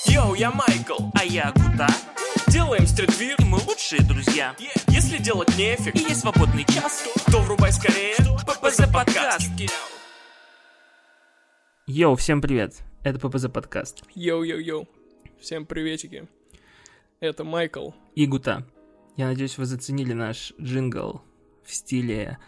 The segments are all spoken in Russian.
Йоу, я Майкл, а я Кута. Делаем стритвир, и мы лучшие друзья. Если делать нефиг и есть свободный час, то врубай скорее ППЗ подкаст. Йоу, всем привет, это ППЗ подкаст. Йоу-йоу-йоу, всем приветики. Это Майкл. И Гута. Я надеюсь, вы заценили наш джингл в стиле...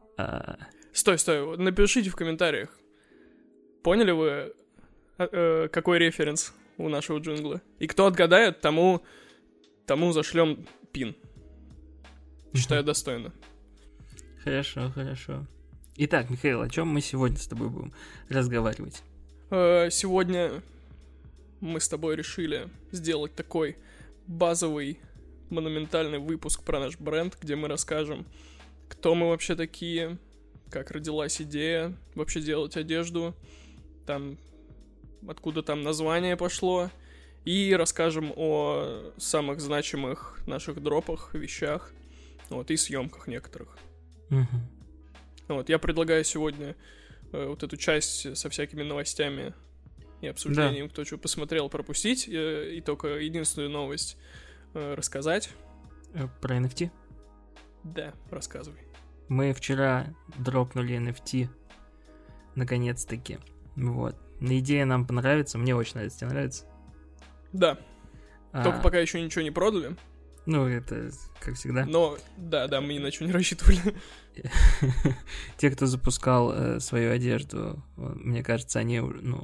Стой, напишите в комментариях. Поняли вы, какой референс у нашего джингла? И кто отгадает, тому зашлем пин. Считаю достойно. Хорошо. Итак, Михаил, о чем мы сегодня с тобой будем разговаривать? Сегодня мы с тобой решили сделать такой базовый, монументальный выпуск про наш бренд, где мы расскажем, кто мы вообще такие, как родилась идея вообще делать одежду, там, откуда там название пошло, и расскажем о самых значимых наших дропах, вещах, вот, и съемках некоторых. Вот, я предлагаю сегодня вот эту часть со всякими новостями и обсуждением, кто что посмотрел, пропустить, и только единственную новость рассказать. Про NFT? Да, рассказывай. Мы вчера дропнули NFT, наконец-таки. Вот. Идея нам понравится, мне очень нравится. Тебе нравится? Да. Только пока еще ничего не продали. Ну, это как всегда. Но, да, мы ни на что не рассчитывали. Те, кто запускал свою одежду, мне кажется, они,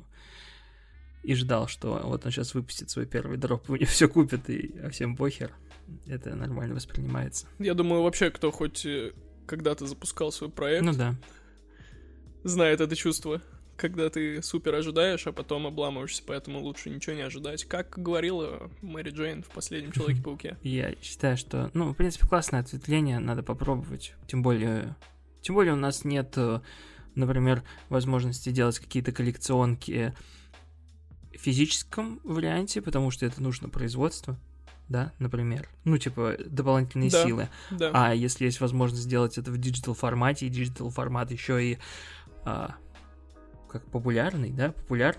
и ждал, что вот он сейчас выпустит свой первый дроп, у них все купят, а всем похер. Это нормально воспринимается. Я думаю, вообще, кто хоть когда-то запускал свой проект, да, знает это чувство, когда ты супер ожидаешь, а потом обламываешься, поэтому лучше ничего не ожидать. Как говорила Мэри Джейн в «Последнем Человеке-пауке». Я считаю, что, в принципе, классное ответвление, надо попробовать. Тем более у нас нет, например, возможности делать какие-то коллекционки в физическом варианте, потому что это нужно производство. Да, например. Дополнительные силы. Да. А если есть возможность сделать это в диджитал формате, и диджитал формат еще и как популярный, да,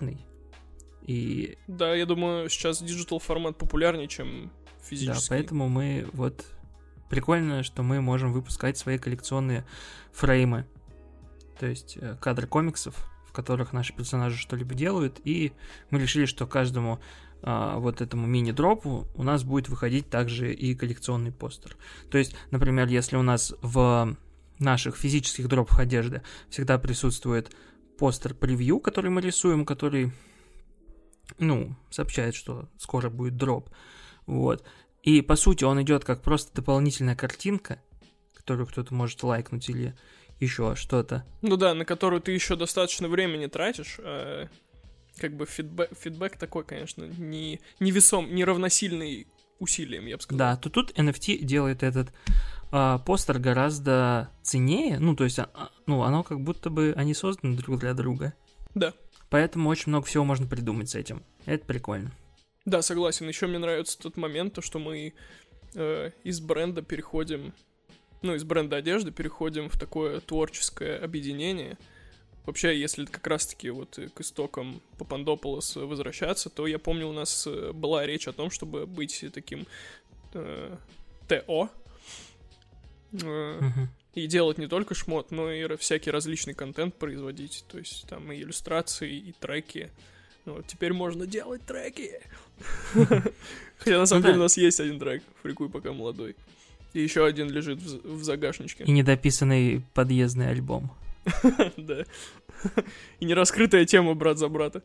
И... Да, я думаю, сейчас диджитал формат популярнее, чем физический. Да, поэтому прикольно, что мы можем выпускать свои коллекционные фреймы. То есть кадры комиксов, в которых наши персонажи что-либо делают, и мы решили, что каждому вот этому мини-дропу у нас будет выходить также и коллекционный постер. То есть, например, если у нас в наших физических дропах одежды всегда присутствует постер-превью, который мы рисуем, который, сообщает, что скоро будет дроп. Вот. И, по сути, он идет как просто дополнительная картинка, которую кто-то может лайкнуть или еще что-то. На которую ты еще достаточно времени тратишь, как бы фидбэк такой, конечно, не равносильный усилиям, я бы сказал. Да, то тут NFT делает этот постер гораздо ценнее, то есть, оно как будто бы они созданы друг для друга. Да. Поэтому очень много всего можно придумать с этим. Это прикольно. Да, согласен. Еще мне нравится тот момент, то, что мы из бренда одежды переходим в такое творческое объединение. Вообще, если как раз-таки вот к истокам Папандополос возвращаться, то я помню, у нас была речь о том, чтобы быть таким ТО и делать не только шмот, но и всякий различный контент производить. То есть там и иллюстрации, и треки. Теперь можно делать треки. Хотя на самом деле у нас есть один трек «Фрикуй, пока молодой». И еще один лежит в загашничке. И недописанный подъездный альбом. Да. И нераскрытая тема «Брат за брата».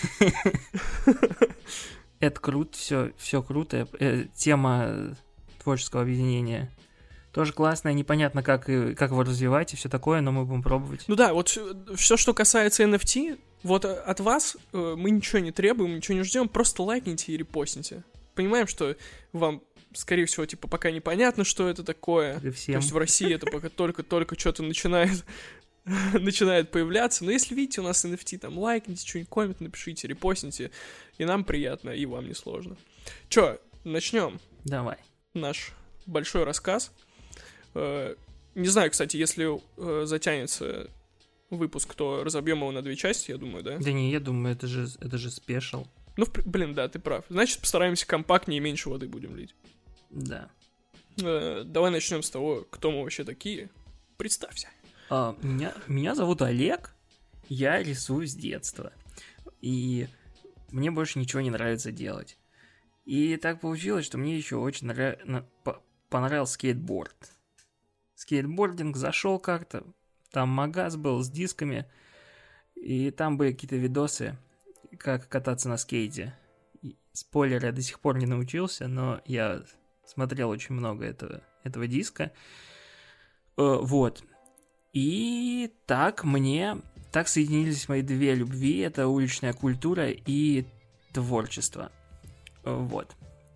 Это круто, все круто. Тема творческого объединения тоже классная, непонятно, как его развивать и все такое, но мы будем пробовать. Вот все, что касается NFT, вот от вас мы ничего не требуем, ничего не ждем, просто лайкните и репостните. Понимаем, что вам, скорее всего, пока непонятно, что это такое. То есть в России это пока только что-то начинает появляться. Но если видите у нас NFT, там лайкните, что-нибудь, коммент напишите, репостните, и нам приятно, и вам не сложно. Чё, начнем? Давай. Наш большой рассказ. Не знаю, кстати, если затянется выпуск, то разобьем его на 2 части, я думаю, да? Да не, я думаю, это же спешл. Ну, блин, да, ты прав. Значит, постараемся компактнее и меньше воды будем лить. Да. Давай начнем с того, кто мы вообще такие. Представься. Меня зовут Олег, я рисую с детства, и мне больше ничего не нравится делать. И так получилось, что мне еще очень понравился скейтборд. Скейтбординг, зашел как-то, там магаз был с дисками, и там были какие-то видосы, как кататься на скейте. И, спойлер, я до сих пор не научился, но я смотрел очень много этого диска. Вот. И так соединились мои две любви, это уличная культура и творчество. Вот.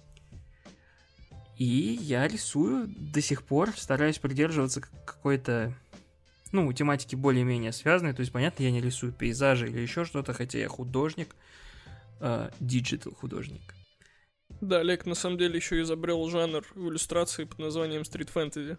И я рисую до сих пор, стараюсь придерживаться какой-то, тематики более-менее связанной. То есть, понятно, я не рисую пейзажи или еще что-то, хотя я художник, диджитал художник. Да, Олег на самом деле еще изобрел жанр в иллюстрации под названием стрит-фэнтези.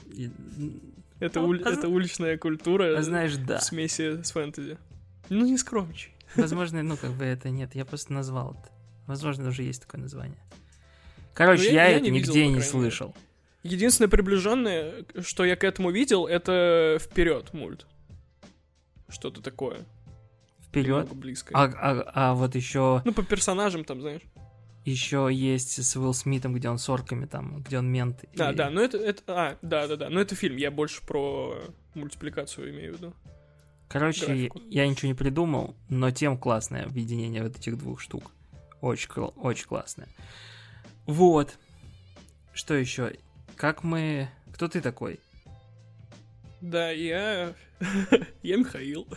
Это уличная культура, знаешь, да. В смеси с фэнтези. Ну, не скромничай. Возможно, это нет, я просто назвал это. Возможно, уже есть такое название. Короче, я это нигде не слышал. Единственное приближенное, что я к этому видел, это «Вперед» мульт. Что-то такое. «Вперед»? Близкое. А вот еще... Ну, по персонажам там, знаешь. Еще есть с Уилл Смитом, где он с орками там, где он мент. Да, но да. Но это фильм, я больше про мультипликацию имею в виду. Короче, графику. Я ничего не придумал, но тем классное объединение вот этих двух штук. Очень классное. Вот. Что еще? Кто ты такой? Да, я Михаил.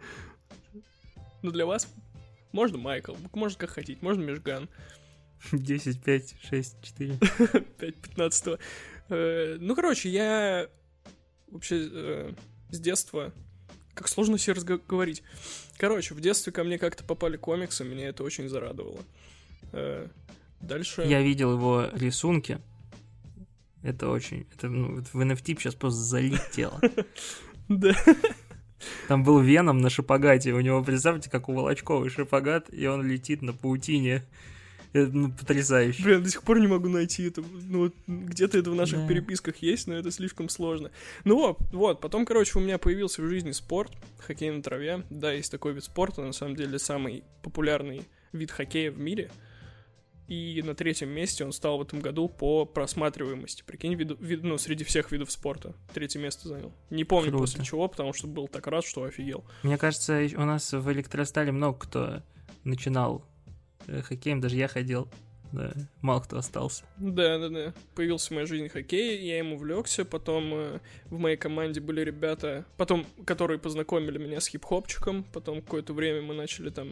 Ну, для вас можно Майкл, можно как хотите, можно Межган. 10, 5, 6, 4. 5, 15. Ну, короче, я вообще с детства... Как сложно себе разговорить. Короче, в детстве ко мне как-то попали комиксы, меня это очень зарадовало. Дальше... Я видел его рисунки. Это в NFT сейчас просто залетело. Да. Там был Веном на шапогате. У него, представьте, как у Волочковой шапогат, и он летит на паутине. Это, потрясающе. Блин, до сих пор не могу найти это. Где-то это в наших переписках есть, но это слишком сложно. Вот, потом, короче, у меня появился в жизни спорт, хоккей на траве. Да, есть такой вид спорта, на самом деле самый популярный вид хоккея в мире. И на 3-м месте он стал в этом году по просматриваемости. Прикинь, среди всех видов спорта 3-е место занял. Не помню Круто. После чего, потому что был так рад, что офигел. Мне кажется, у нас в Электростале много кто начинал хоккеем, даже я ходил. Да, мало кто остался. Да. Появился в моей жизни хоккей, я ему увлекся. Потом в моей команде были ребята, которые познакомили меня с хип-хопчиком. Потом какое-то время мы начали там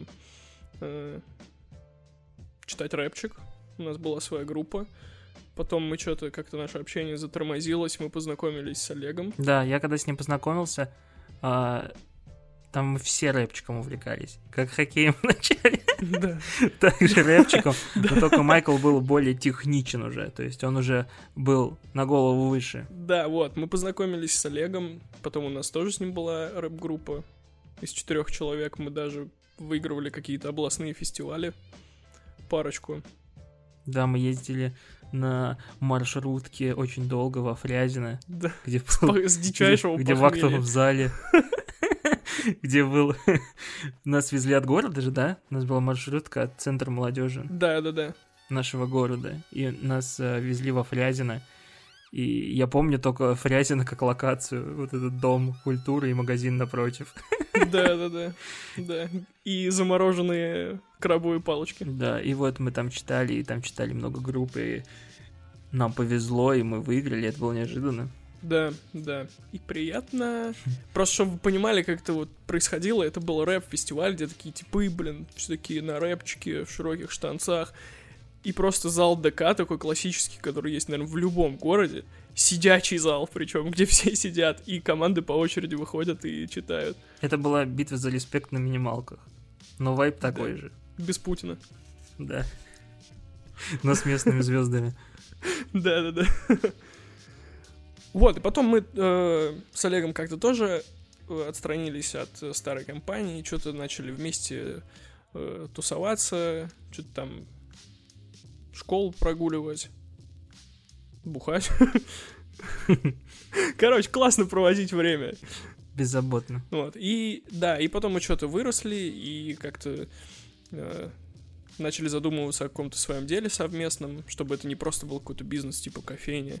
читать рэпчик. У нас была своя группа. Потом мы что-то, как-то наше общение затормозилось, мы познакомились с Олегом. Да, я когда с ним познакомился, там мы все рэпчиком увлекались. Как хоккеем вначале. Да. Так же рэпчиком. Но только Майкл был более техничен уже. То есть он уже был на голову выше. Да, вот. Мы познакомились с Олегом. Потом у нас тоже с ним была рэп-группа. Из 4 человек мы даже выигрывали какие-то областные фестивали. Парочку. Да, мы ездили на маршрутке очень долго во Фрязино. Да. Где с дичайшего где в актовом зале. Где был... Нас везли от города же, да? У нас была маршрутка от центра молодежи. Да. Нашего города. И нас везли во Фрязино. И я помню только Фрязино как локацию. Вот этот дом культуры и магазин напротив. Да. И замороженные крабовые палочки. Да, и вот мы там читали много групп, и нам повезло, и мы выиграли, это было неожиданно. Да. И приятно. Просто, чтобы вы понимали, как это вот происходило, это был рэп-фестиваль, где такие типы, все такие на рэпчике, в широких штанцах. И просто зал ДК такой классический, который есть, наверное, в любом городе. Сидячий зал, причем, где все сидят, и команды по очереди выходят и читают. Это была битва за респект на минималках. Но вайб такой же. Без Путина. Да. Но с местными звездами. Да. Вот, и потом мы с Олегом как-то тоже отстранились от старой компании, что-то начали вместе тусоваться, что-то там школу прогуливать, бухать. Короче, классно проводить время. Беззаботно. Вот. И да, и потом мы что-то выросли и как-то начали задумываться о каком-то своем деле совместном, чтобы это не просто был какой-то бизнес типа кофейни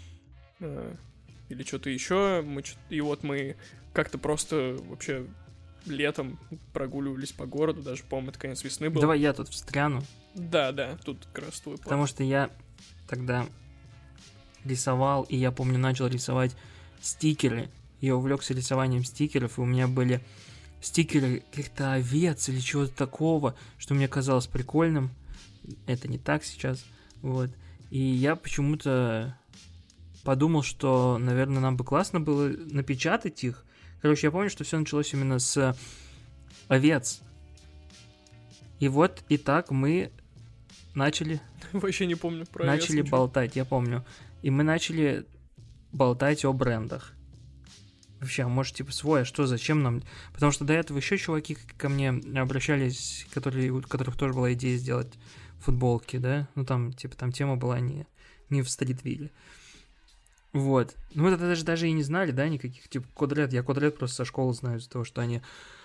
или что-то еще. И вот мы как-то просто вообще летом прогуливались по городу, даже, по-моему, это конец весны был. Давай я тут встряну. Да, тут как раз твой план. Потому что я тогда рисовал, и я помню, начал рисовать стикеры. Я увлекся рисованием стикеров, и у меня были стикеры каких-то овец или чего-то такого, что мне казалось прикольным. Это не так сейчас. Вот. И я почему-то подумал, что, наверное, нам бы классно было напечатать их. Короче, я помню, что все началось именно с овец. И вот, и так мы начали... Вообще не помню про овец. Начали болтать, я помню. И мы начали болтать о брендах. Вообще, а может, типа, свой, а что, зачем нам? Потому что до этого еще чуваки ко мне обращались, у которых тоже была идея сделать футболки, да? Ну, там, типа, там тема была не в стритвилле. Вот. Ну, мы это даже и не знали, да, никаких, типа, Кодред. Я Кодред просто со школы знаю из-за того, что они...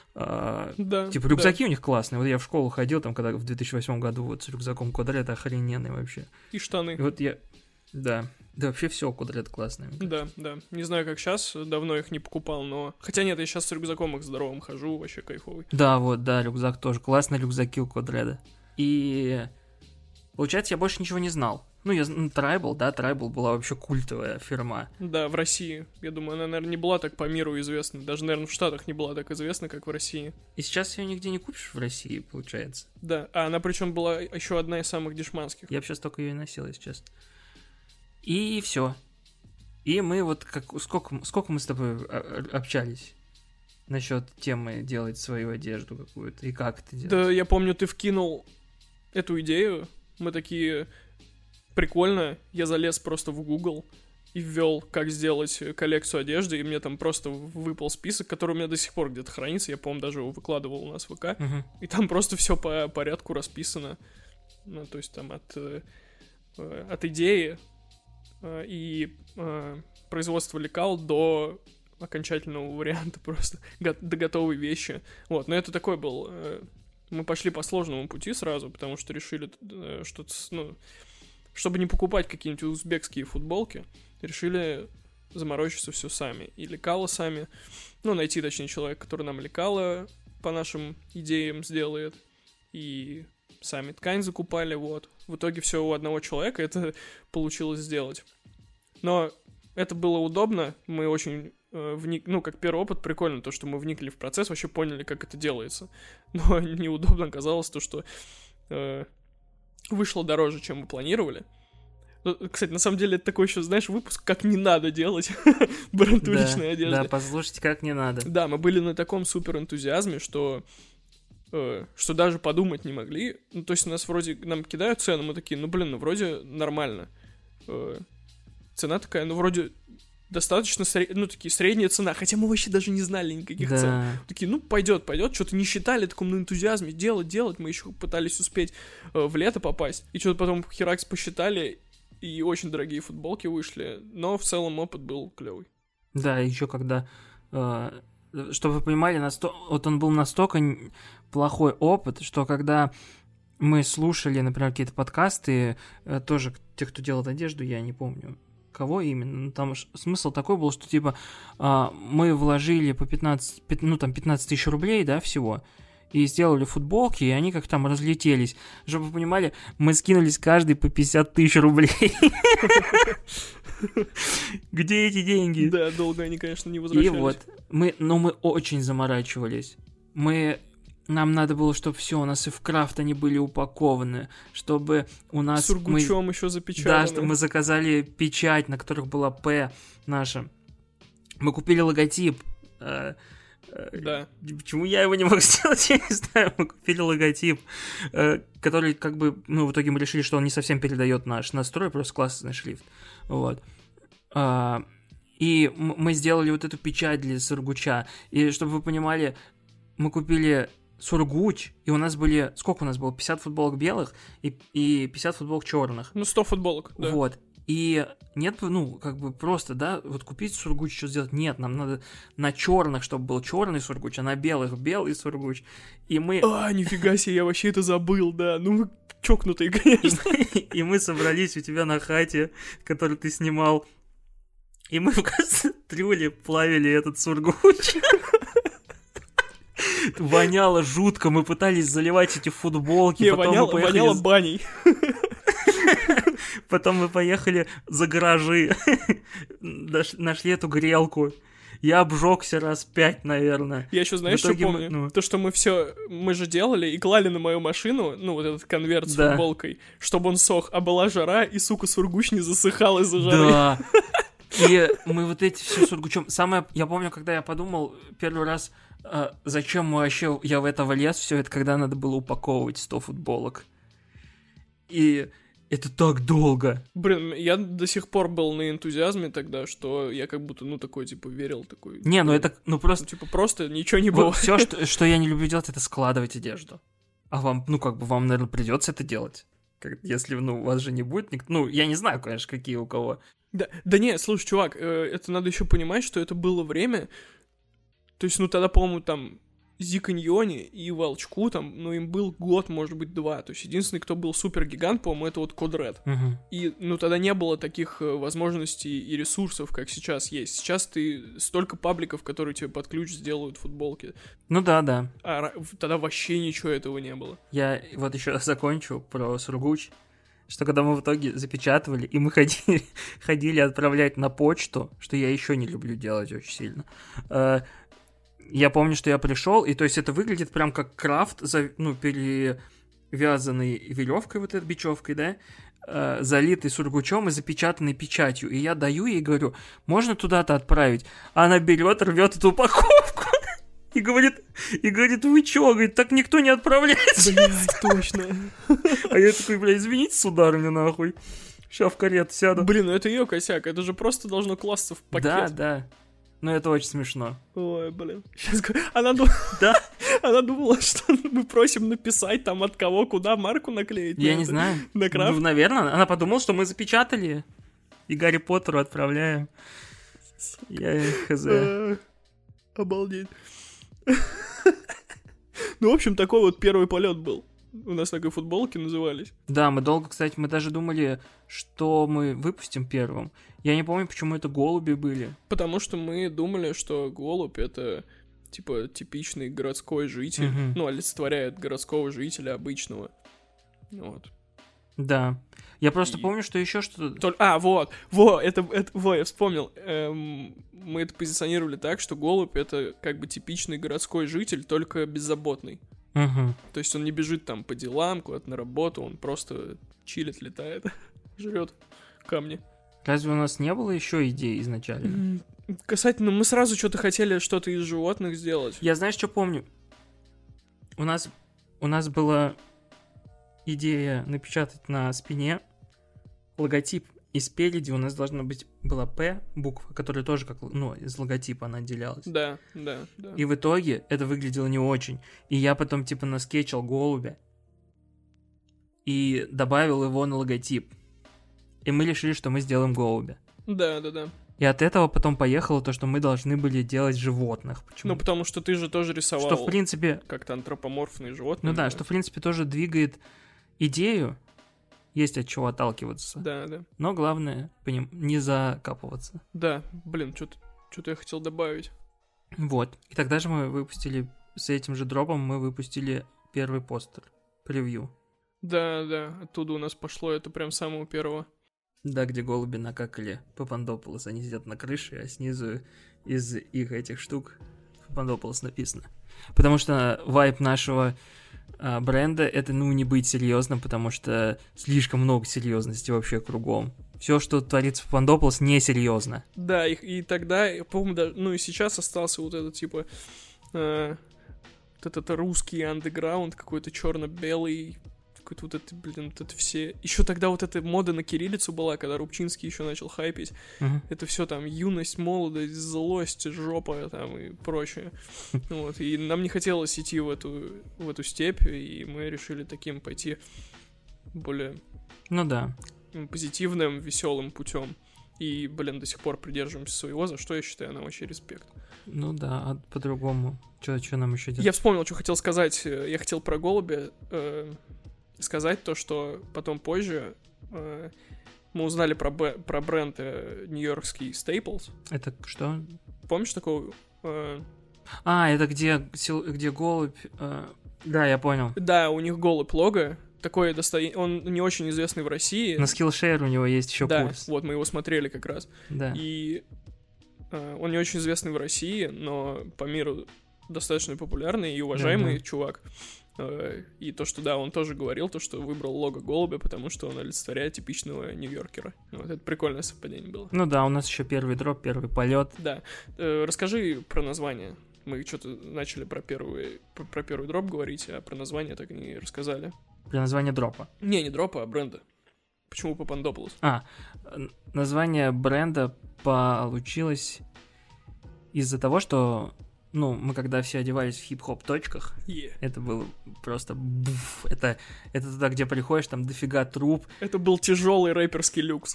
Да, типа, рюкзаки у них классные. Вот я в школу ходил, там, когда в 2008 году, вот, с рюкзаком Кодред охрененный вообще. И штаны. И вот я... Да, вообще все Кодред классные. Да. Не знаю, как сейчас, давно их не покупал, но... Хотя нет, я сейчас с рюкзаком их здоровым хожу, вообще кайфовый. Да, рюкзак тоже. Классные рюкзаки у Кодреда. И... Получается, я больше ничего не знал. Ну, Tribal была вообще культовая фирма. Да, в России. Я думаю, она, наверное, не была так по миру известна. Даже, наверное, в Штатах не была так известна, как в России. И сейчас ее нигде не купишь в России, получается. Да, а она причем была еще одна из самых дешманских. Я бы сейчас только ее и носил, если честно. И все. И мы вот сколько мы с тобой общались насчет темы делать свою одежду какую-то, и как это делать? Да, я помню, ты вкинул эту идею, мы такие, прикольно, я залез просто в Google и ввел, как сделать коллекцию одежды, и мне там просто выпал список, который у меня до сих пор где-то хранится, я, по-моему, даже его выкладывал у нас в ВК, и там просто все по порядку расписано, ну, то есть там от идеи и производства лекал до окончательного варианта просто, до готовой вещи. Вот, но это такой был... Мы пошли по сложному пути сразу, потому что решили что-то... Ну, чтобы не покупать какие-нибудь узбекские футболки, решили заморочиться все сами. И лекала сами. Ну, найти, точнее, человека, который нам лекала по нашим идеям сделает. И сами ткань закупали, вот. В итоге все у одного человека это получилось сделать. Но это было удобно, мы очень ну, как первый опыт, прикольно то, что мы вникли в процесс, вообще поняли, как это делается. Но неудобно оказалось то, что вышло дороже, чем мы планировали. Ну, кстати, на самом деле, это такой еще, знаешь, выпуск, как не надо делать бренд уличной одежды. Да, послушайте, как не надо. Да, мы были на таком супер энтузиазме, что даже подумать не могли. Ну, то есть нас вроде, нам кидают цену, мы такие, вроде нормально. Цена такая, вроде достаточно, такие, средняя цена, хотя мы вообще даже не знали никаких цен. Такие, пойдет, что-то не считали, таком на энтузиазме, делать, мы еще пытались успеть в лето попасть, и что-то потом херакс посчитали, и очень дорогие футболки вышли, но в целом опыт был клевый. Да, еще когда, чтобы вы понимали, вот он был настолько плохой опыт, что когда мы слушали, например, какие-то подкасты, тоже те, кто делает одежду, я не помню, кого именно, там смысл такой был, что типа мы вложили по 15 тысяч рублей, да, всего, и сделали футболки, и они как там разлетелись. Чтобы вы понимали, мы скинулись каждый по 50 тысяч рублей. Где эти деньги? Да, долго они, конечно, не возвращались. И вот, мы очень заморачивались. Нам надо было, чтобы все у нас и в крафт они были упакованы, чтобы у нас... Сургучом еще запечатаны. Да, чтобы мы заказали печать, на которых была П наша. Мы купили логотип. Да. Почему я его не мог сделать, я не знаю. Мы купили логотип, который в итоге мы решили, что он не совсем передает наш настрой, просто классный шрифт. Вот. И мы сделали вот эту печать для Сургуча. И чтобы вы понимали, мы купили Сургуч, и у нас были... Сколько у нас было? 50 футболок белых и 50 футболок черных. 100 футболок, да. Вот. И нет, просто, да, вот купить сургуч, что сделать? Нет, нам надо на черных, чтобы был черный сургуч, а на белых белый сургуч. И мы... нифига себе, я вообще это забыл, да. Ну, вы чокнутые, конечно. И мы собрались у тебя на хате, которую ты снимал. И мы в кастрюле плавили этот сургуч. Воняло жутко, мы пытались заливать эти футболки. Воняло баней. Потом мы поехали за гаражи, нашли эту грелку. Я обжегся раз 5, наверное. Я еще, знаешь, что помню? То, что мы же делали и клали на мою машину, вот этот конверт с футболкой, чтобы он сох, а была жара, и, сука, сургуч не засыхал из-за жары. Да. И мы вот эти все сургучом... Я помню, когда я подумал первый раз, зачем я в это влез, все это, когда надо было упаковывать 100 футболок. И это так долго. Блин, я до сих пор был на энтузиазме тогда, что я как будто, такой, верил, такой... Не, это, просто... просто ничего не было. Все, что я не люблю делать, это складывать одежду. А вам, вам, наверное, придется это делать. Если, у вас же не будет... я не знаю, конечно, какие у кого... Да не, слушай, чувак, это надо еще понимать, что это было время... То есть, тогда, по-моему, там... Зиканьоне и Волчку, им был год, может быть, 2. То есть, единственный, кто был супер-гигант, по-моему, это вот Код-Ред. И, тогда не было таких возможностей и ресурсов, как сейчас есть. Сейчас ты столько пабликов, которые тебе под ключ сделают футболки. Да. А тогда вообще ничего этого не было. Я вот еще закончу про сургуч, что когда мы в итоге запечатывали, и мы ходили отправлять на почту, что я еще не люблю делать очень сильно, я помню, что я пришел, и то есть это выглядит прям как крафт, перевязанный веревкой, вот этой бечевкой, да, залитый сургучом и запечатанный печатью. И я даю ей, говорю, можно туда-то отправить? А она берет, рвет эту упаковку и говорит, вы чё? Говорит, так никто не отправляет. Блядь, точно. А я такой, извините, сударыня, нахуй. Сейчас в карету сяду. Блин, это ее косяк, это же просто должно класться в пакет. Да. Это очень смешно. Ой, блин. Сейчас она думала, что мы просим написать там от кого, куда марку наклеить. Я не знаю. На крафт? Наверное. Она подумала, что мы запечатали и Гарри Поттеру отправляем. Я хз. Обалдеть. В общем, такой вот первый полет был. У нас такой футболки назывались. Да, мы долго, кстати, мы даже думали, что мы выпустим первым. Я не помню, почему это голуби были. Потому что мы думали, что голубь — это, типичный городской житель. Олицетворяет городского жителя обычного. Вот. Да. Я просто помню, что еще что-то... я вспомнил. Мы это позиционировали так, что голубь — это как бы типичный городской житель, только беззаботный. То есть он не бежит там по делам, куда-то на работу, он просто чилит, летает, жрет камни. Разве у нас не было еще идей изначально? Касательно, мы сразу что-то хотели что-то из животных сделать. Я, знаешь, что помню? У нас была идея напечатать на спине логотип, и спереди у нас должна была П буква, которая тоже как, из логотипа она отделялась. Да. И в итоге это выглядело не очень. И я потом, наскетчил голубя и добавил его на логотип. И мы решили, что мы сделаем голубя. Да. И от этого потом поехало то, что мы должны были делать животных. Почему? Потому что ты же тоже рисовал. Что, в принципе... Как-то антропоморфные животные. Что, в принципе, тоже двигает идею. Есть от чего отталкиваться. Да. Но главное по ним не закапываться. Да, блин, что-то я хотел добавить. Вот. И тогда же мы выпустили, с этим же дропом мы выпустили первый постер. Превью. Да, оттуда у нас пошло это прям самого первого. Да, где голуби накакали Папандополос. Они сидят на крыше, а снизу из их этих штук Папандополос написано. Потому что вайб нашего бренда — это, не быть серьезным, потому что слишком много серьезности вообще кругом. Все, что творится в Папандополос, несерьезно. Да, и тогда, я помню, даже, и сейчас остался вот этот, этот русский андеграунд, какой-то черно-белый, какой-то вот это, блин, вот это все... Еще тогда вот эта мода на кириллицу была, когда Рубчинский еще начал хайпить. Это все там юность, молодость, злость, жопа там и прочее. Вот, и нам не хотелось идти в эту степь, и мы решили таким пойти более... Ну да. Позитивным, веселым путем. И, блин, до сих пор придерживаемся своего, за что я считаю нам вообще респект. Ну да, а по-другому. Что нам еще делать? Я вспомнил, что хотел сказать. Я хотел про голубя сказать то, что потом позже мы узнали про бренд нью-йоркский Staples. Это что? Помнишь такого? Это где голубь... Да, я понял. Да, у них голубь лого. Такой он не очень известный в России. На Skillshare у него есть еще курс. Да, вот мы его смотрели как раз. Да. И он не очень известный в России, но по миру достаточно популярный и уважаемый чувак. И то, что, да, он тоже говорил, то, что выбрал лого голубя, потому что он олицетворяет типичного нью-йоркера. Вот, это прикольное совпадение было. Ну да, у нас еще первый дроп, первый полет. Да. Расскажи про название. Мы что-то начали про первый дроп говорить, а про название так и не рассказали. Про название дропа. Не дропа, а бренда. Почему Papandopoulos? Название бренда получилось из-за того, что, мы когда все одевались в хип-хоп точках, это было просто буф. Это туда, где приходишь, там дофига труб. Это был тяжелый рэперский люкс.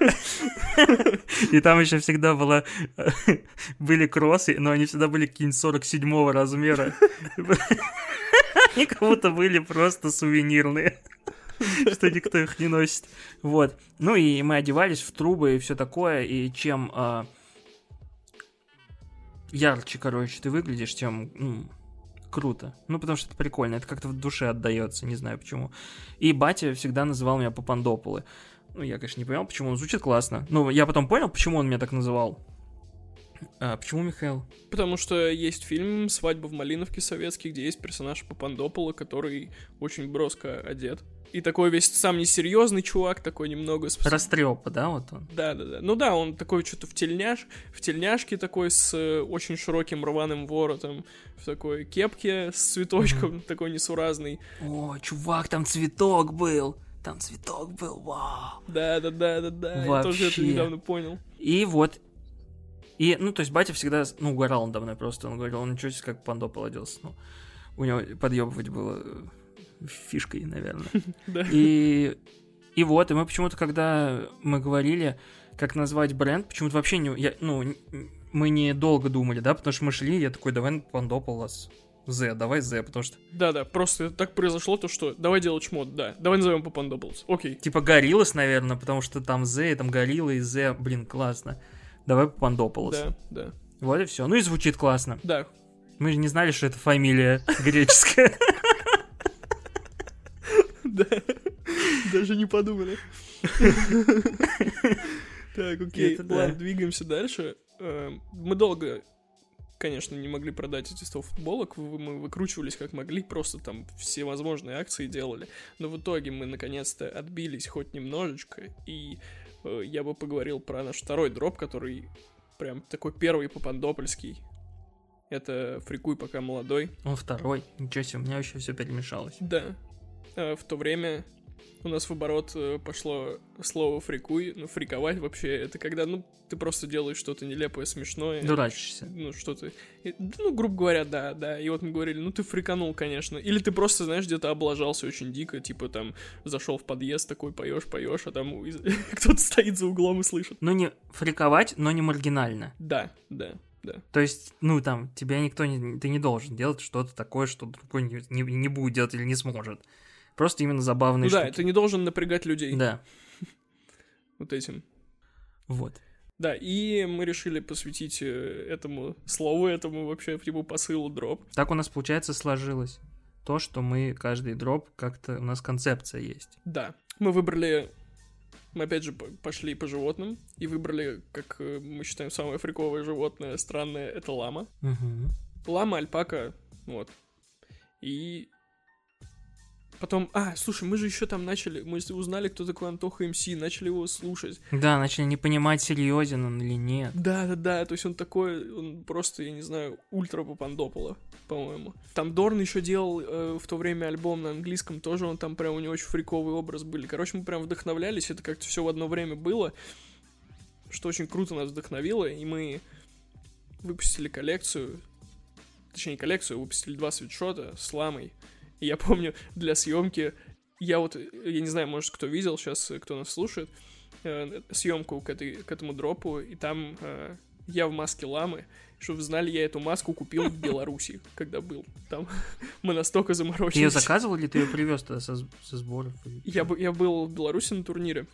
И там еще всегда были кроссы, но они всегда были какие-нибудь 47-го размера. Они как будто были просто сувенирные, что никто их не носит. Вот. Ну и мы одевались в трубы и все такое, и чем ярче, ты выглядишь, тем круто. Потому что это прикольно, это как-то в душе отдается, не знаю почему. И батя всегда называл меня Папандопулы. Я, конечно, не понял, почему он звучит классно. Я потом понял, почему он меня так называл. Почему Михаил? Потому что есть фильм «Свадьба в Малиновке» советский, где есть персонаж Папандопула, который очень броско одет. И такой весь сам несерьезный чувак, такой немного... Растрёпа, да, вот он? Да. Ну да, он такой что-то в тельняшке такой с очень широким рваным воротом, в такой кепке с цветочком, такой несуразный. О, чувак, там цветок был! Вау! Да, я тоже это недавно понял. И вот... то есть батя всегда, угорал надо мной просто. Он говорил, он ничего себе как Пандопол оделся. У него подъебывать было фишкой, наверное. И вот, и мы почему-то, когда мы говорили, как назвать бренд, почему-то вообще мы не долго думали, да, потому что мы шли, я такой, давай Пандополос. Давай Z, потому что... Да, просто так произошло то, что давай делать шмот, да, давай назовем Папандополос, окей. Типа Гориллас, наверное, потому что там Z, там Горилла и Z, блин, классно. Давай Папандопулос. Да. Вот и все. И звучит классно. Да. Мы же не знали, что это фамилия греческая. Да. Даже не подумали. Так, окей. Ладно, двигаемся дальше. Мы долго, конечно, не могли продать эти 100 футболок. Мы выкручивались как могли, просто там всевозможные акции делали. Но в итоге мы наконец-то отбились хоть немножечко. И я бы поговорил про наш второй дроп, который прям такой первый папандопольский. Это «Фрикуй, пока молодой». Он второй. Ничего себе, у меня еще все перемешалось. Да. В то время у нас в оборот пошло слово «фрикуй». Фриковать вообще, это когда, ты просто делаешь что-то нелепое, смешное. Дурачишься. Что-то... грубо говоря, да. И вот мы говорили, ты фриканул, конечно. Или ты просто, знаешь, где-то облажался очень дико, типа там зашел в подъезд, такой поешь, а там кто-то стоит за углом и слышит. Не фриковать, но не маргинально. Да. То есть, тебя никто ты не должен делать что-то такое, что другой не будет делать или не сможет. Просто именно забавные штуки. Да, ты не должен напрягать людей. Да. Вот этим. Вот. Да, и мы решили посвятить этому слову, этому вообще его посылу дроп. Так у нас, получается, сложилось то, что мы каждый дроп, как-то у нас концепция есть. Да. Мы опять же пошли по животным и выбрали, как мы считаем, самое фриковое животное, странное, это лама. Угу. Лама, альпака, вот. И потом, слушай, мы же еще там мы узнали, кто такой Антоха МС, начали его слушать. Да, начали не понимать, серьезен он или нет. Да, то есть он такой, он просто, я не знаю, ультра попандопола, по-моему. Там Дорн еще делал в то время альбом на английском, тоже он там прям, у него очень фриковый образ были. Короче, мы прям вдохновлялись, это как-то все в одно время было, что очень круто нас вдохновило, и мы выпустили коллекцию, точнее не коллекцию, выпустили 2 свитшота с ламой. И я помню, для съемки, я не знаю, может, кто видел сейчас, кто нас слушает, съемку к этому дропу, и там я в маске ламы. Чтобы вы знали, я эту маску купил в Беларуси, когда был. Там мы настолько заморочились. Ты ее заказывал или ты ее привез тогда со сборов? Я был в Беларуси на турнире,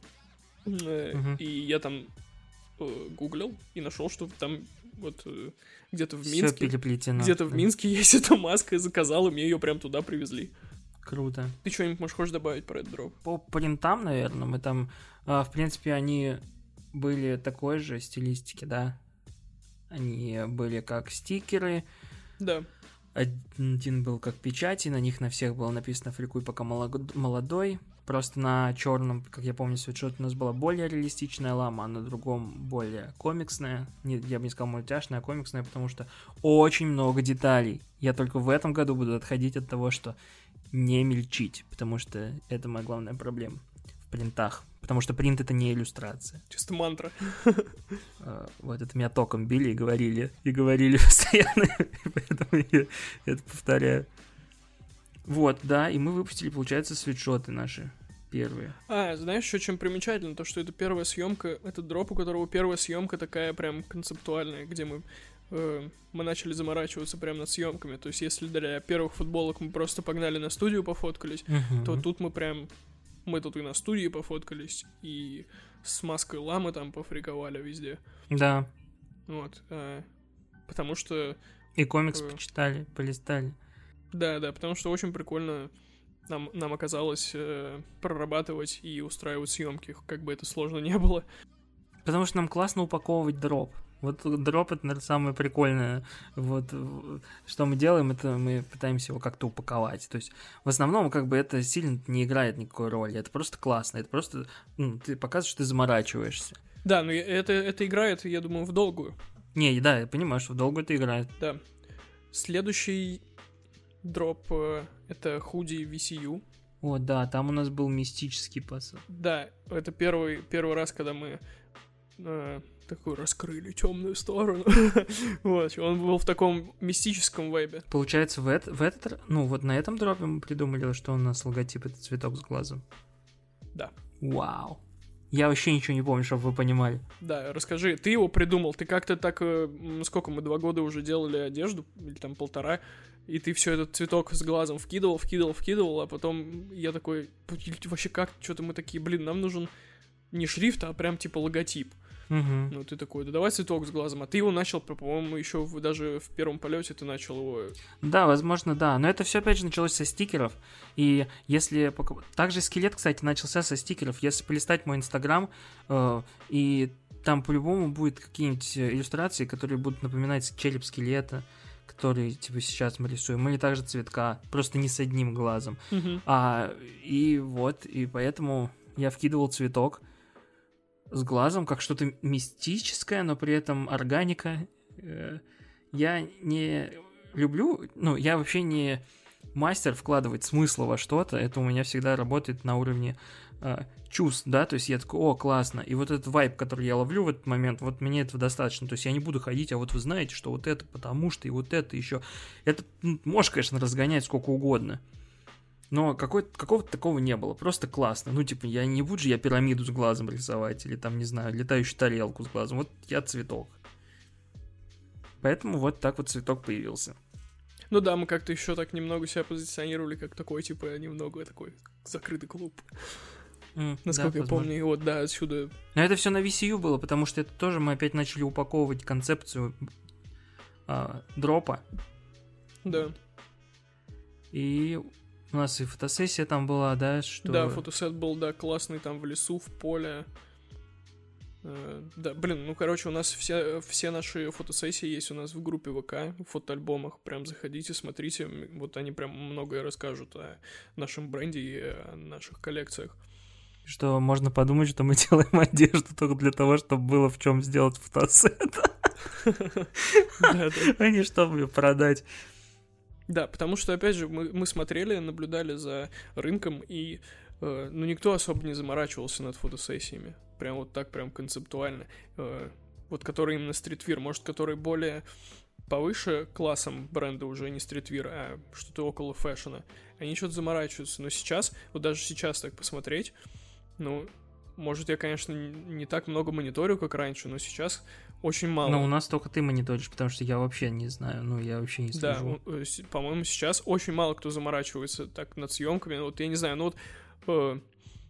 и я там гуглил и нашел, что там вот где-то в Минске. Где-то в Минске есть эта маска, и заказал, и мне ее прям туда привезли. Круто. Ты что-нибудь, может, хочешь добавить про этот дроп? По принтам, наверное, мы там, в принципе, они были такой же стилистики, да. Они были как стикеры. Да. Один был как печати, на них на всех было написано «Фрикуй, пока молодой». Просто на черном, как я помню, свитшоте у нас была более реалистичная лама, а на другом более комиксная. Я бы не сказал мультяшная, а комиксная, потому что очень много деталей. Я только в этом году буду отходить от того, что не мельчить, потому что это моя главная проблема в принтах. Потому что принт — это не иллюстрация. Чисто мантра. Вот это меня током били и говорили постоянно, поэтому я это повторяю. Вот, да, и мы выпустили, получается, свитшоты наши первые. Знаешь, еще чем примечательно, то, что это первая съемка, это дроп, у которого первая съемка такая прям концептуальная, где мы начали заморачиваться прям над съемками. То есть, если для первых футболок мы просто погнали на студию, пофоткались, то тут мы тут и на студии пофоткались, и с маской ламы там пофриковали везде. Да. Вот. Потому что... И комикс почитали, полистали. Да, потому что очень прикольно нам оказалось прорабатывать и устраивать съемки, как бы это сложно не было. Потому что нам классно упаковывать дроп. Вот дроп — это, наверное, самое прикольное. Вот что мы делаем, это мы пытаемся его как-то упаковать. То есть в основном как бы это сильно не играет никакой роли. Это просто классно. Это просто ты показываешь, что ты заморачиваешься. Да, но это играет, я думаю, в долгую. Не, да, я понимаю, что в долгую это играет. Да. Следующий дроп это худи VCU. О, да, там у нас был мистический посыл. Да, это первый раз, когда мы такую раскрыли темную сторону. Вот, он был в таком мистическом вайбе. Получается, в этот, вот на этом дропе мы придумали, что у нас логотип — это цветок с глазом. Да. Вау. Я вообще ничего не помню, чтобы вы понимали. Да, расскажи, ты его придумал, ты как-то так, сколько мы 2 года уже делали одежду, или там 1,5, и ты все этот цветок с глазом вкидывал, а потом я такой, вообще как, что-то мы такие, нам нужен не шрифт, а прям типа логотип. Ну, ты такой, да давай цветок с глазом. А ты его начал, по-моему, еще даже в первом полете ты начал его... Да, возможно, да. Но это все, опять же, началось со стикеров. И если... Также скелет, кстати, начался со стикеров. Если полистать мой инстаграм, и там по-любому будут какие-нибудь иллюстрации, которые будут напоминать череп скелета, который, типа, сейчас мы рисуем. Или также цветка, просто не с одним глазом. И поэтому я вкидывал цветок с глазом, как что-то мистическое, но при этом органика. Я не люблю, я вообще не мастер вкладывать смысла во что-то, это у меня всегда работает на уровне чувств, да, то есть я такой, о, классно, и вот этот вайб, который я ловлю в этот момент, вот мне этого достаточно, то есть я не буду ходить, а вот вы знаете, что вот это потому что, и вот это еще, это можешь, конечно, разгонять сколько угодно, но какого-то такого не было, просто классно. Я не буду же пирамиду с глазом рисовать, или там, не знаю, летающую тарелку с глазом. Вот я цветок. Поэтому вот так вот цветок появился. Ну да, мы как-то еще так немного себя позиционировали, как такой, типа, немного такой закрытый клуб. Насколько я помню, и вот, да, отсюда... Но это все на VCU было, потому что это тоже мы опять начали упаковывать концепцию дропа. Да. И... У нас и фотосессия там была, да? Что... Да, фотосет был, да, классный, там в лесу, в поле. Да, блин, ну, короче, у нас все наши фотосессии есть у нас в группе ВК, в фотоальбомах. Прям заходите, смотрите. Вот они прям многое расскажут о нашем бренде и о наших коллекциях. Что можно подумать, что мы делаем одежду только для того, чтобы было в чем сделать фотосет. А не чтобы ее продать. Да, потому что, опять же, мы смотрели, наблюдали за рынком, и ну, никто особо не заморачивался над фотосессиями. Прям вот так, прям концептуально. Вот который именно стритвир, может, который более повыше классом бренда уже не стритвир, а что-то около фэшена. Они что-то заморачиваются. Но сейчас, вот даже сейчас так посмотреть, ну, может, я, конечно, не так много мониторю, как раньше, но сейчас очень мало. Но у нас только ты мониторишь, потому что я вообще не знаю, ну, я вообще не слежу. Да, по-моему, сейчас очень мало кто заморачивается так над съемками. Вот я не знаю, ну вот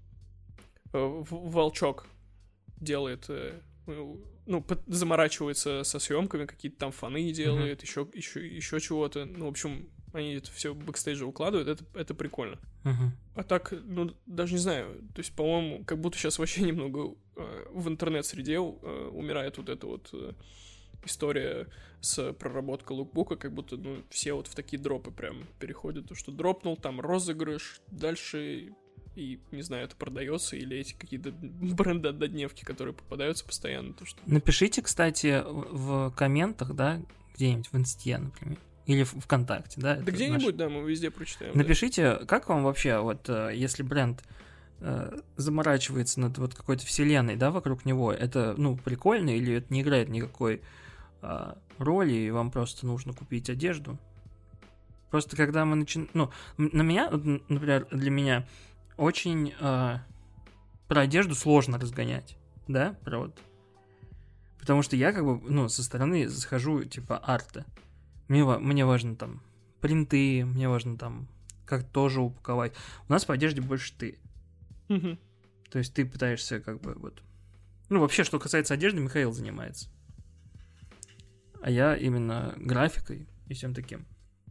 Волчок делает, ну, заморачивается со съемками, какие-то там фаны делает, еще чего-то. Ну, в общем, они это все в бэкстейдже укладывают, это прикольно. А так, ну, даже не знаю, то есть, по-моему, как будто сейчас вообще немного в интернет-среде умирает вот эта вот история с проработкой лукбука, как будто, ну, все вот в такие дропы прям переходят, то, что дропнул, там розыгрыш, дальше, и, не знаю, это продается, или эти какие-то бренды-однодневки, которые попадаются постоянно, то, что... Напишите, кстати, в комментах, да, где-нибудь в Инсте, например, или в ВКонтакте, да? Да где-нибудь, да, мы везде прочитаем. Напишите, да. Как вам вообще, вот, если бренд заморачивается над вот какой-то вселенной, да, вокруг него, это, ну, прикольно, или это не играет никакой роли, и вам просто нужно купить одежду? Просто когда мы начинаем... Ну, на меня, например, для меня очень про одежду сложно разгонять, да, про вот. Потому что я как бы, ну, со стороны захожу, типа, арта. Мне важно там принты, мне важно там как тоже упаковать. У нас по одежде больше ты. То есть ты пытаешься как бы вот... Ну, вообще, что касается одежды, Михаил занимается. А я именно графикой и всем таким.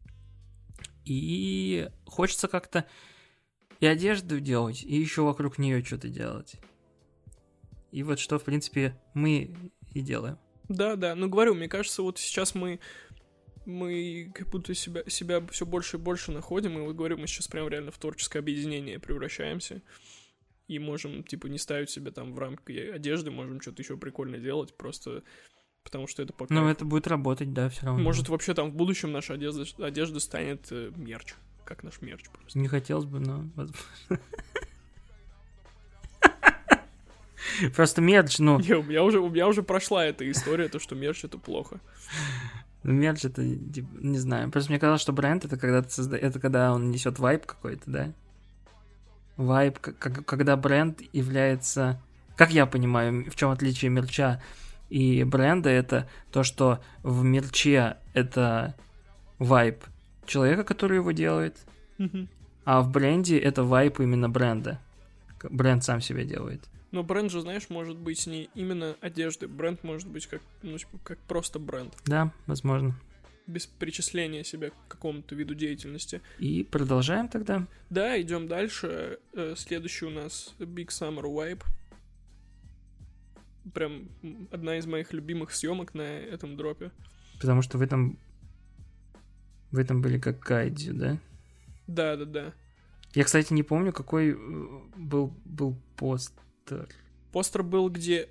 И хочется как-то и одежду делать, и еще вокруг нее что-то делать. И вот что, в принципе, мы и делаем. Да, ну говорю, мне кажется, вот сейчас мы как будто себя все больше и больше находим, и вот говорю, мы сейчас прям реально в творческое объединение превращаемся, и можем, типа, не ставить себя там в рамки одежды, можем что-то еще прикольно делать, просто потому что это пока... Ну, это будет работать, да, все равно. Может, вообще там в будущем наша одежда станет мерч, как наш мерч просто. Не хотелось бы, но... Просто мерч, ну... Не, у меня уже прошла эта история, то, что мерч — это плохо. Мерч — это, не знаю. Просто мне казалось, что бренд — это когда ты это когда он несет вайб какой-то, да? Вайб, когда бренд является... Как я понимаю, в чем отличие мерча и бренда, это то, что в мерче это вайб человека, который его делает, а в бренде это вайб именно бренда. Бренд сам себя делает. Но бренд же, знаешь, может быть не именно одежды. Бренд может быть как, ну, типа, как просто бренд. Да, возможно. Без причисления себя к какому-то виду деятельности. И продолжаем тогда. Да, идем дальше. Следующий у нас Big Summer Vibe. Прям одна из моих любимых съемок на этом дропе. Потому что в этом были как кайдзю, да? Да. Я, кстати, не помню, какой был постер. Постер был где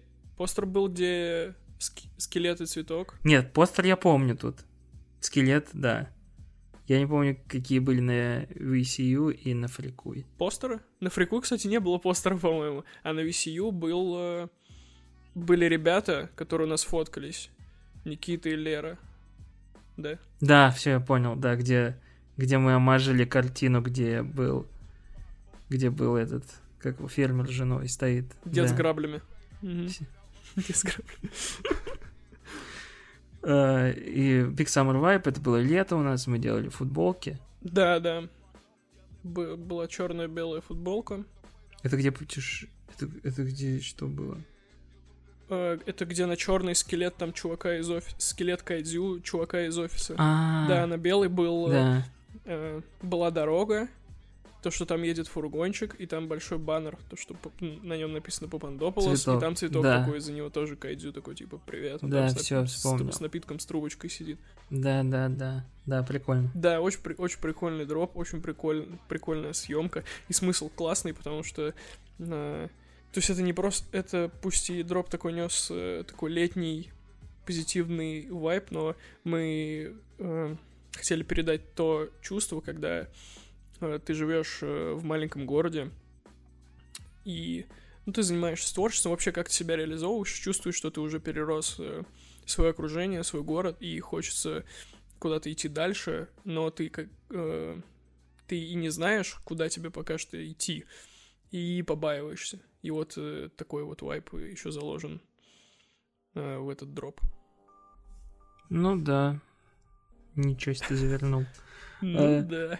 скелет и цветок. Нет, постер я помню тут. Скелет, да. Я не помню, какие были на VCU и на Фрикуй. Постеры? На Фрикуй, кстати, не было постера, по-моему. А на VCU были ребята, которые у нас фоткались. Никита и Лера. Да? Да, все, я понял, да, где мы омажили картину, где был этот, как фермер с женой стоит. Дед с граблями. Дед с граблями. И Big Summer Vibe, это было лето у нас, мы делали футболки. Да. Была черно-белая футболка. Это где это где что было? Это где на черный скелет там чувака из офиса, скелет кайдзю чувака из офиса. Да, на белый был была дорога. То, что там едет фургончик, и там большой баннер, то, что на нем написано Папандополос, и там цветок такой, за него тоже кайдзю такой, типа, привет. Он да, там все, вспомнил. С напитком, с трубочкой сидит. Да, прикольно. Да, очень прикольный дроп, очень прикольная съемка, и смысл классный, потому что... то есть это не просто... Это пусть и дроп такой нес такой летний позитивный вайб, но мы хотели передать то чувство, когда... ты живешь в маленьком городе, и ты занимаешься творчеством, вообще как ты себя реализовываешь, чувствуешь, что ты уже перерос свое окружение, свой город, и хочется куда-то идти дальше, но ты и не знаешь, куда тебе пока что идти, и побаиваешься. И вот такой вот вайп еще заложен в этот дроп. Ну да, ничего себе ты завернул. Ну да.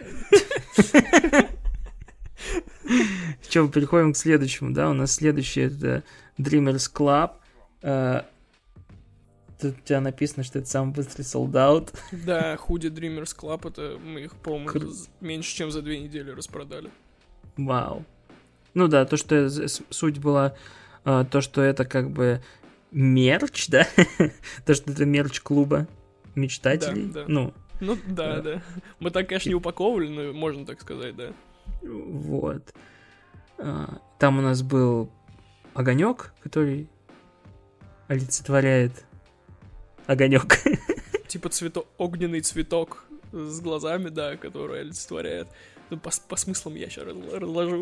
Что, переходим к следующему, да? У нас следующий это Dreamers Club. Тут у тебя написано, что это самый быстрый солдат. Да, худи Dreamers Club, это мы их, по-моему, меньше чем за 2 недели распродали. Вау. Ну да, то, что суть была, то, что это как бы мерч, да? То, что это мерч клуба мечтателей. Да. Ну, да. Мы так, конечно, не упаковывали, но можно так сказать, да. Вот. Там у нас был огонек, который олицетворяет огонек. Типа огненный цветок с глазами, да, который олицетворяет. Ну, по смыслам я сейчас разложу.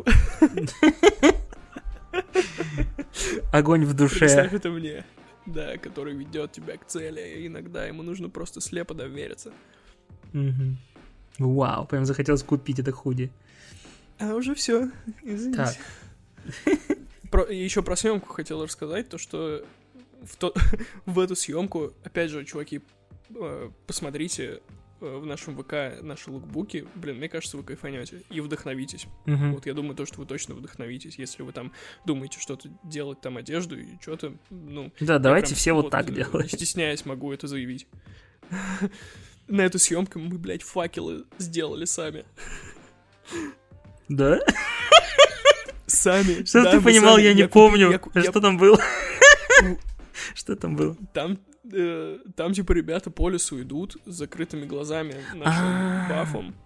Огонь в душе. Представь это мне. Да, который ведет тебя к цели, и иногда ему нужно просто слепо довериться. Вау, прям захотелось купить это худи. А уже все, извините. Еще про съемку хотел рассказать, то что в эту съемку, опять же, чуваки, посмотрите в нашем ВК наши лукбуки, мне кажется, вы кайфанете и вдохновитесь. Вот я думаю, то, что вы точно вдохновитесь, если вы там думаете что-то делать, там одежду и что-то, ну... Да, давайте все вот так делать. Не стесняясь, могу это заявить. На эту съемку мы, блядь, факелы сделали сами. Да? Сами. Что ты понимал, я не помню. Что там было? Что там было? Там, типа, ребята по лесу идут с закрытыми глазами нашим бафом.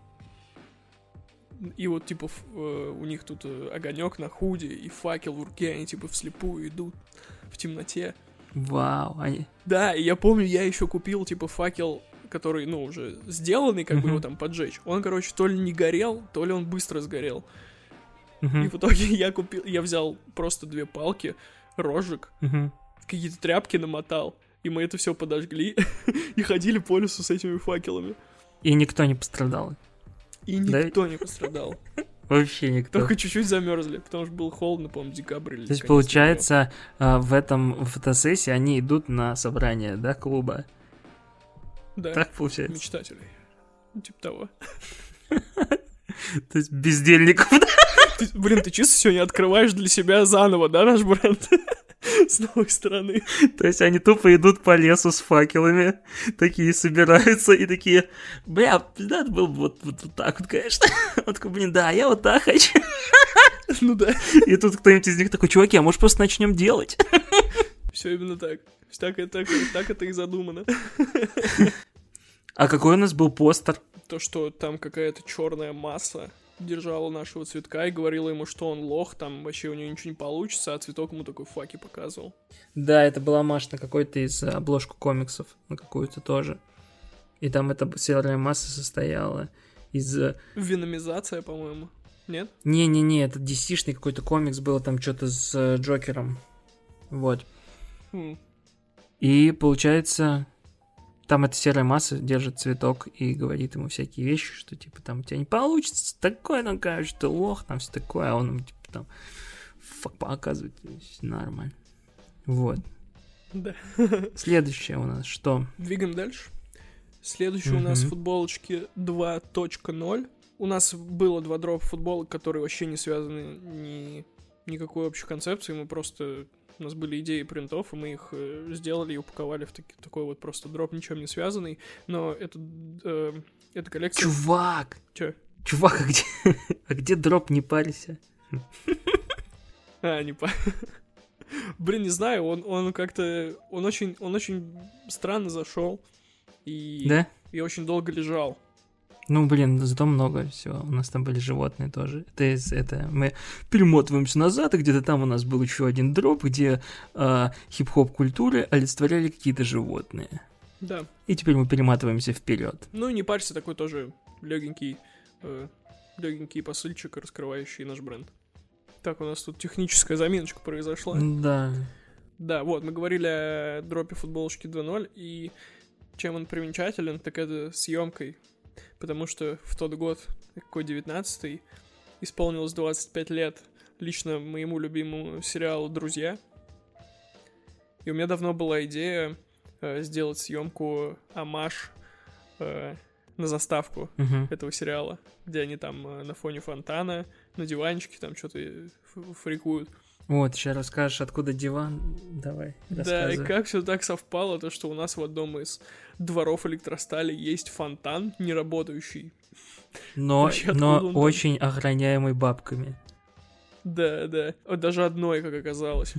И вот, типа, у них тут огонек на худи и факел в руке, они, типа, вслепую идут в темноте. Вау, они... Да, и я помню, я еще купил, типа, факел, который, ну, уже сделанный, как бы его там поджечь. Он, короче, то ли не горел, то ли он быстро сгорел. И в итоге я взял просто 2 палки, рожек, какие-то тряпки намотал, и мы это все подожгли и ходили по лесу с этими факелами. И никто не пострадал. И никто не пострадал. Вообще никто. Только чуть-чуть замерзли, потому что было холодно, по-моему, декабрь или... То есть, получается, в этом фотосессии они идут на собрание, да, клуба? Да. Так получается? Мечтателей. Типа того. То есть, бездельников, да? Блин, ты чисто сегодня открываешь для себя заново, да, наш бренд? С новой стороны. То есть они тупо идут по лесу с факелами, такие собираются и такие, бля, надо было бы вот так вот, конечно. Вот такой, блин, да, я вот так хочу. Ну да. И тут кто-нибудь из них такой, чуваки, а может просто начнем делать? Все именно так. Так это и задумано. А какой у нас был постер? То, что там какая-то черная масса держала нашего цветка и говорила ему, что он лох, там вообще у него ничего не получится, а цветок ему такой факи показывал. Да, это была Маш на какой-то из обложку комиксов, на какую-то тоже. И там эта серая масса состояла из... Веномизация, по-моему. Нет? Не-не-не, это DC-шный какой-то комикс был, там что-то с Джокером. Вот. И получается... Там эта серая масса держит цветок и говорит ему всякие вещи, что, типа, там у тебя не получится, такое, там, кажется, что лох, там все такое, а он ему, типа, там, показывает, нормально. Вот. Да. Следующее у нас что? Двигаем дальше. Следующее у нас футболочки 2.0. У нас было 2 дропа футболок, которые вообще не связаны никакой общей концепцией, мы просто... У нас были идеи принтов, и мы их сделали и упаковали в такой вот просто дроп, ничем не связанный. Но эта коллекция... Чувак! Чё? Чувак, а где дроп, не парься? Не Блин, не знаю, он как-то... Он очень странно зашел. И Да? я очень долго лежал. Ну, блин, зато много всего. У нас там были животные тоже. Мы перемотываемся назад, и где-то там у нас был еще один дроп, где хип-хоп культуры олицетворяли какие-то животные. Да. И теперь мы перематываемся вперед. Ну, не парься, такой тоже легенький посыльчик, раскрывающий наш бренд. Так, у нас тут техническая заминочка произошла. Да. Да, вот, мы говорили о дропе футболочки 2.0, и чем он примечателен, так это съемкой. Потому что в тот год, какой 19-й, исполнилось 25 лет лично моему любимому сериалу «Друзья». И у меня давно была идея сделать съемку омаж на заставку этого сериала, где они там на фоне фонтана, на диванчике там что-то фрикуют. Вот, сейчас расскажешь, откуда диван. Давай, рассказывай. Да, и как все так совпало, то, что у нас в одном из дворов электростали есть фонтан, не работающий. Но очень охраняемый бабками. Да. Даже одной, как оказалось.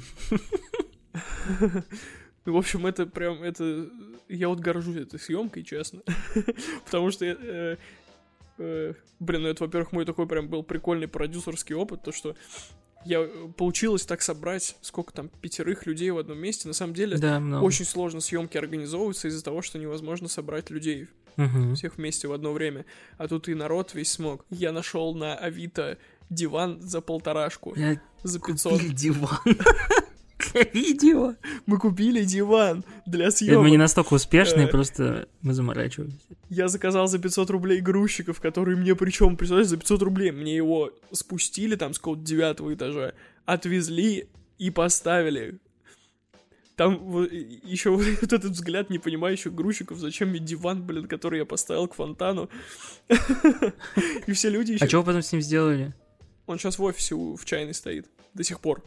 В общем, это прям, я вот горжусь этой съемкой, честно. Потому что, блин, это, во-первых, мой такой прям был прикольный продюсерский опыт, то, что получилось так собрать, сколько там, 5 людей в одном месте. На самом деле, очень сложно съемки организовываются из-за того, что невозможно собрать людей всех вместе в одно время. А тут и народ весь смог. Я нашел на Авито диван за 1,5. За 500. Купили диван. Для видео. Мы купили диван для съемок. Мы не настолько успешные, просто мы заморачивались. Я заказал за 500 рублей грузчиков, которые мне, причем, представляешь, за 500 рублей мне его спустили там с какого-то 9 этажа, отвезли и поставили. Там еще вот этот взгляд непонимающих грузчиков, зачем мне диван, блин, который я поставил к фонтану. И все люди еще... А что вы потом с ним сделали? Он сейчас в офисе в чайной стоит. До сих пор.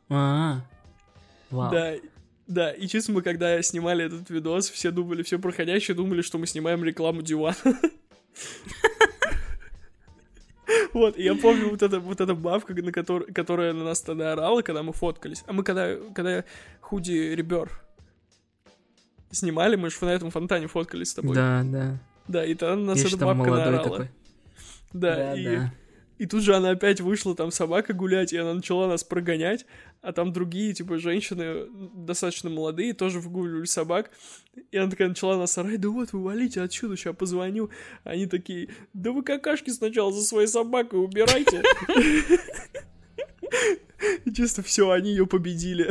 Вау. Да, и честно, мы когда снимали этот видос, все проходящие думали, что мы снимаем рекламу дивана. Вот, и я помню вот эта бабка, которая на нас тогда орала, когда мы фоткались. А мы когда худи Ребер снимали, мы же на этом фонтане фоткались с тобой. Да. Да, и тогда на нас эта бабка наорала. Да. И тут же она опять вышла, там собака гулять, и она начала нас прогонять, а там другие, типа, женщины достаточно молодые, тоже выгуливали собак, и она такая начала нас орать: да вот, вы валите отсюда, сейчас позвоню. Они такие: да вы какашки сначала за своей собакой убирайте. И чисто все, они ее победили.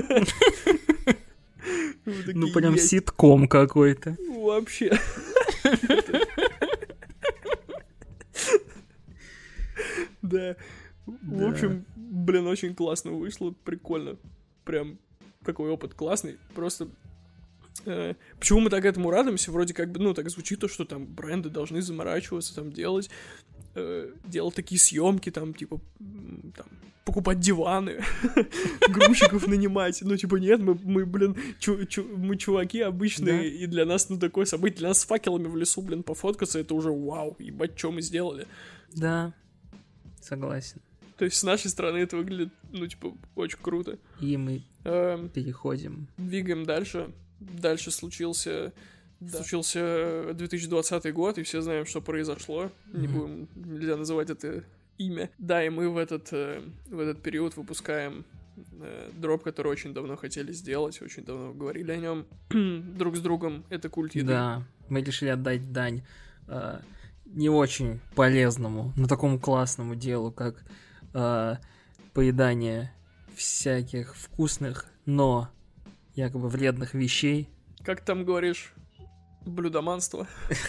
Ну, прям ситком какой-то. Вообще. Да. В общем, блин, очень классно вышло, прикольно. Прям такой опыт классный. Просто почему мы так этому радуемся? Вроде как бы, так звучит то, что там бренды должны заморачиваться, там делать такие съемки, там, типа, там, покупать диваны, грузчиков нанимать. Ну, типа, нет, мы блин, мы чуваки обычные, и для нас, такое событие, для нас с факелами в лесу, блин, пофоткаться, это уже вау, ебать, что мы сделали. Да, согласен. То есть с нашей стороны это выглядит, очень круто. И мы переходим. Двигаем дальше. Дальше случился 2020 год, и все знаем, что произошло. Нельзя называть это имя. Да, и мы в этот период выпускаем дроп, который очень давно хотели сделать, очень давно говорили о нем друг с другом. Это культ еды. Да, мы решили отдать дань не очень полезному, но такому классному делу, как поедание всяких вкусных, но якобы вредных вещей. Как там говоришь, блюдоманство.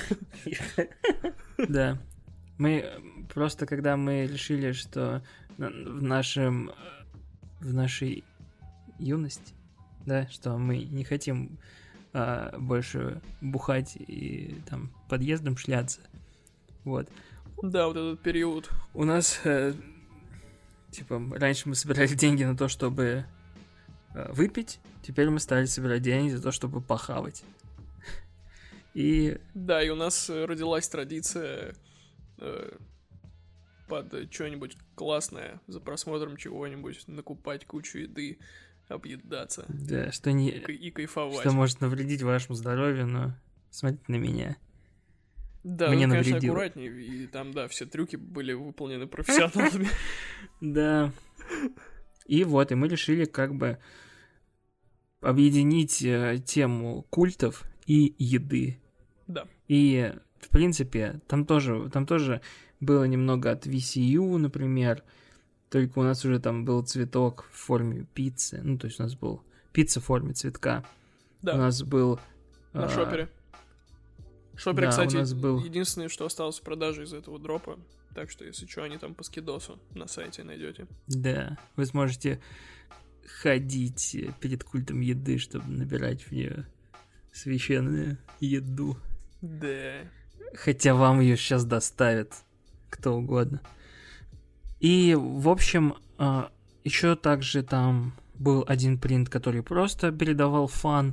Да. Мы просто, когда мы решили, что в нашей юности, да, что мы не хотим больше бухать и там подъездом шляться. Вот. Да, вот этот период. У нас, раньше мы собирали деньги на то, чтобы выпить, теперь мы стали собирать деньги за то, чтобы похавать. И... Да, и у нас родилась традиция под что-нибудь классное, за просмотром чего-нибудь, накупать кучу еды, объедаться. Да, что не... И кайфовать. Что может навредить вашему здоровью, но смотрите на меня. Да, Мне ну, конечно, навредило. аккуратнее. И там, да, все трюки были выполнены профессионалами. Да. И вот, и мы решили как бы объединить тему культов и еды. Да. И, в принципе, там тоже было немного от VCU, например, только у нас уже там был цветок в форме пиццы. Ну, то есть у нас был пицца в форме цветка. Да. У нас был... На шопере. Шопере, да, кстати, у нас был... единственное, что осталось в продаже из этого дропа. Так что, если что, они там по скидосу на сайте найдете. Да, вы сможете ходить перед культом еды, чтобы набирать в нее священную еду. Да. Хотя вам ее сейчас доставят кто угодно. И, в общем, еще также там был один принт, который просто передавал фан,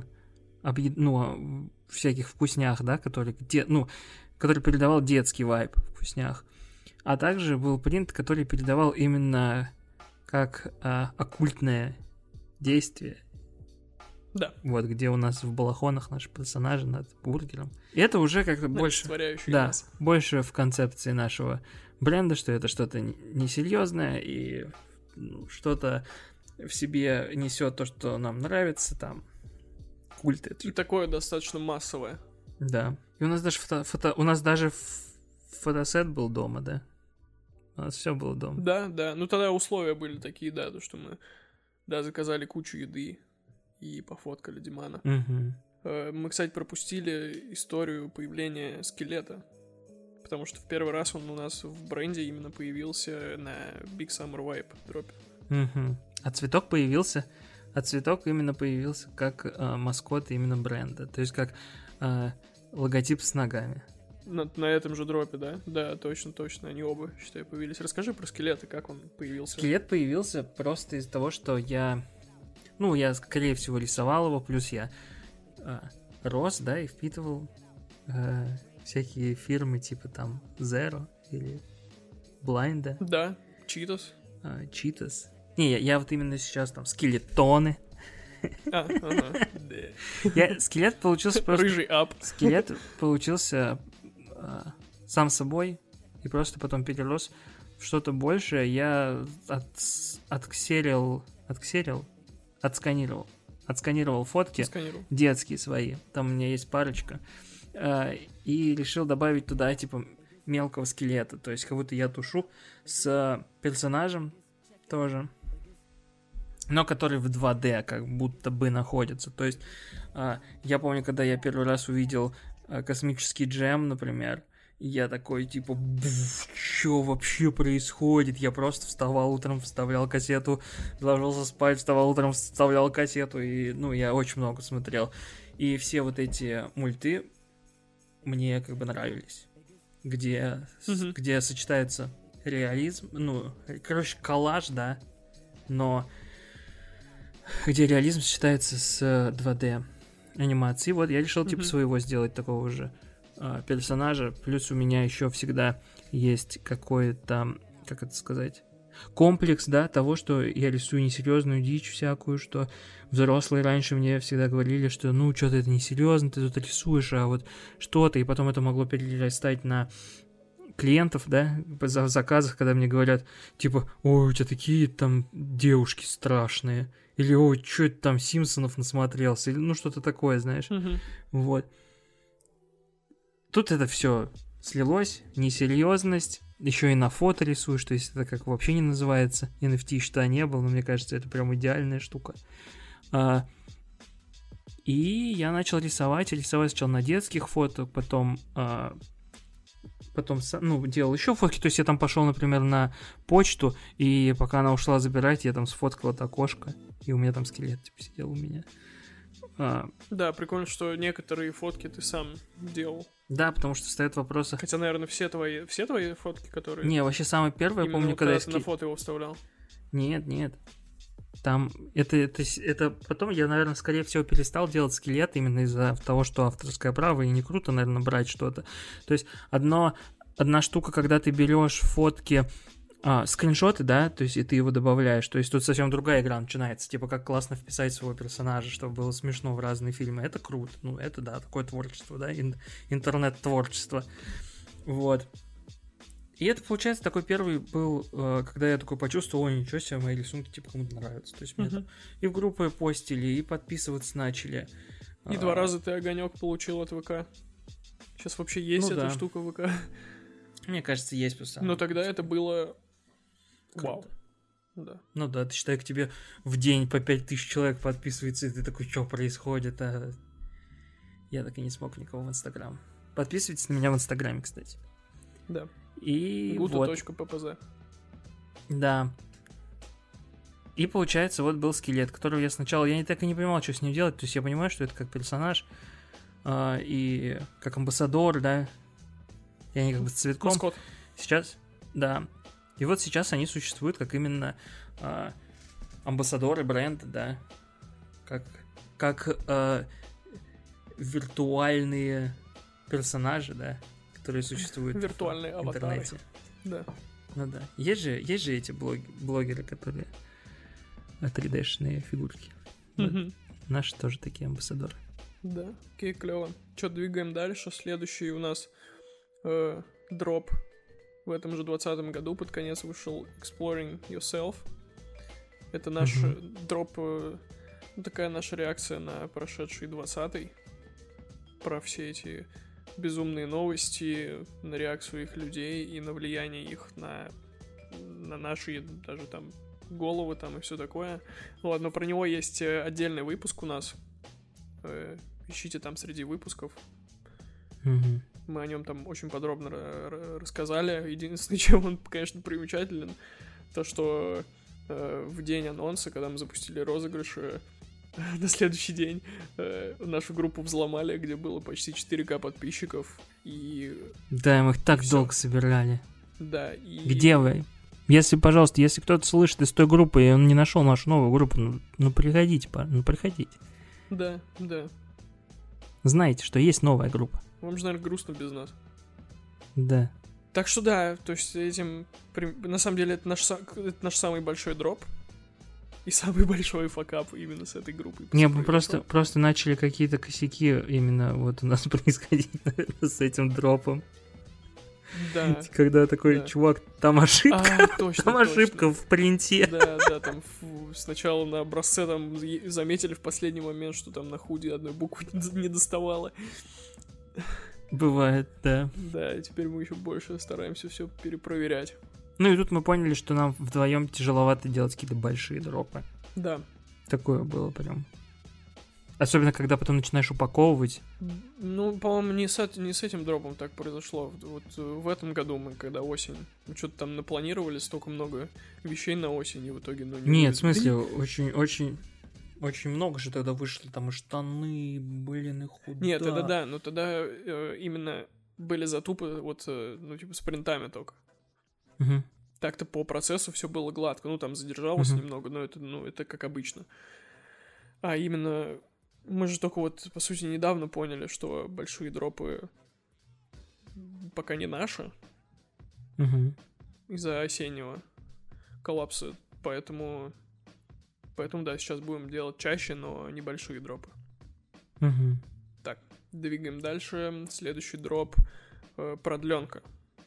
всяких вкуснях, да, который передавал детский вайб в вкуснях. А также был принт, который передавал именно как оккультное действие. Да. Вот, где у нас в балахонах наши персонажи над бургером. И это уже как-то больше... Да, нас. больше в концепции нашего бренда, что это что-то несерьезное и что-то в себе несет то, что нам нравится, там, культ. И такое достаточно массовое. Да. И у нас даже фотосет был дома, да? У нас все было дома. Да. Ну, тогда условия были такие, да, то, что мы, заказали кучу еды и пофоткали Димана. Угу. Мы, кстати, пропустили историю появления скелета, потому что в первый раз он у нас в бренде именно появился на Big Summer Vibe дропе. Угу. А цветок появился именно появился как маскот именно бренда, то есть как логотип с ногами. На этом же дропе, да? Да, точно, они оба, считай, появились. Расскажи про скелета, как он появился. Скелет появился просто из-за того, что я, скорее всего, рисовал его, плюс я рос, да, и впитывал всякие фирмы типа там Zero или Blind. Да, Cheetos. Cheetos. Не, я вот именно сейчас там скелетоны. Скелет получился просто... Рыжий ап. Скелет получился сам собой и просто потом перерос в что-то большее. Я отсканировал фотки детские свои. Там у меня есть парочка. И решил добавить туда, типа, мелкого скелета. То есть, как будто я тушу с персонажем тоже, но который в 2D как будто бы находится. То есть, я помню, когда я первый раз увидел космический джем, например, я такой, типа, что вообще происходит? Я просто вставал утром, вставлял кассету, ложился спать, вставал утром, вставлял кассету, и, я очень много смотрел. И все вот эти мульты мне как бы нравились, где сочетается реализм, коллаж, да, но где реализм сочетается с 2D анимацией. Вот я решил типа своего сделать такого же персонажа, плюс у меня еще всегда есть какой-то, как это сказать, комплекс, да, того, что я рисую несерьезную дичь всякую, что взрослые раньше мне всегда говорили, что что-то это несерьезно, ты тут рисуешь, а вот что-то, и потом это могло перерастать на клиентов, да, в заказах, когда мне говорят, типа, ой, у тебя такие там девушки страшные, или ой, что это там Симпсонов насмотрелся, или что-то такое, знаешь, вот. Тут это все слилось, несерьезность, еще и на фото рисуешь, то есть это как вообще не называется, NFT что не было, но мне кажется, это прям идеальная штука. И я начал рисовать сначала на детских фото, потом делал еще фотки, то есть я там пошел, например, на почту, и пока она ушла забирать, я там сфоткал это окошко, и у меня там скелет типа сидел у меня. Да, прикольно, что некоторые фотки ты сам делал. Да, потому что встает вопрос... Хотя, наверное, все твои фотки, которые... Не, вообще самое первое, я помню, когда ты на фото его вставлял. Нет. Там, это потом я, наверное, скорее всего перестал делать скелет именно из-за того, что авторское право, и не круто, наверное, брать что-то. То есть одно одна штука, когда ты берешь фотки, скриншоты, да, то есть и ты его добавляешь, то есть тут совсем другая игра начинается, типа как классно вписать своего персонажа, чтобы было смешно в разные фильмы, это круто, ну это да, такое творчество, да, интернет-творчество, вот. И это, получается, такой первый был, когда я такой почувствовал, ой, ничего себе, мои рисунки типа кому-то нравятся, то есть мне там и в группы постили, и подписываться начали. И 2 раза ты огонек получил от ВК. Сейчас вообще есть эта штука в ВК? Мне кажется, есть просто. Но тогда это было... Вау. Да. Ну да, ты считай, к тебе в день по 5000 человек подписывается, и ты такой, что происходит? Я так и не смог никого в Инстаграм. Подписывайтесь на меня в Инстаграме, кстати. Да. И guto.ppz. Да. И получается, вот был скелет, которого я сначала... Я так и не понимал, что с ним делать. То есть я понимаю, что это как персонаж и как амбассадор, да. И они как бы с цветком. Маскот. Сейчас, да. И вот сейчас они существуют как именно амбассадоры бренда, да. Как виртуальные персонажи, да, которые существуют виртуальные в интернете. Аватары. Да. Ну да. Есть же эти блогеры, которые 3D-шные фигурки. Вот. Наши тоже такие амбассадоры. Да, окей, клево. Что, двигаем дальше. Следующий у нас дроп. В этом же 2020 году под конец вышел Exploring Yourself. Это наш дроп, такая наша реакция на прошедший 20-й. Про все эти безумные новости, на реакцию их людей и на влияние их на наши даже там головы там и все такое. Ладно, про него есть отдельный выпуск у нас. Ищите там среди выпусков. Мы о нем там очень подробно рассказали. Единственное, чем он, конечно, примечателен, то, что в день анонса, когда мы запустили розыгрыши, на следующий день нашу группу взломали, где было почти 4К подписчиков. И... Да, мы их так долго собирали. Да, и... Где вы? Если, пожалуйста, если кто-то слышит из той группы, и он не нашел нашу новую группу, ну приходите, приходите. Да, да. Знаете, что есть новая группа. Вам же, наверное, грустно без нас. Да. Так что да, то есть этим... На самом деле, это наш самый большой дроп. И самый большой факап именно с этой группой. Не, мы просто начали какие-то косяки именно вот у нас происходить, наверное, с этим дропом. Да. Когда такой, чувак, там ошибка. Точно, там ошибка в принте. Да, там сначала на образце там заметили в последний момент, что там на худи одной буквы не доставало. Бывает, да. Да, и теперь мы еще больше стараемся все перепроверять. Ну и тут мы поняли, что нам вдвоем тяжеловато делать какие-то большие дропы. Да. Такое было прям. Особенно, когда потом начинаешь упаковывать. Ну, по-моему, не с этим дропом так произошло. Вот в этом году мы, когда осень, мы что-то там напланировали, столько много вещей на осень, и в итоге, ну, не... Нет, в смысле, очень много же тогда вышло, там и штаны, блин, и худо. Нет, тогда да, но тогда именно были затупы, вот, ну, типа, с принтами только. Угу. Так-то по процессу все было гладко, ну, там задержалось немного, но это как обычно. А именно... Мы же только вот, по сути, недавно поняли, что большие дропы пока не наши. Из-за осеннего коллапса. Поэтому, да, сейчас будем делать чаще, но небольшие дропы. Так, двигаем дальше. Следующий дроп продленка.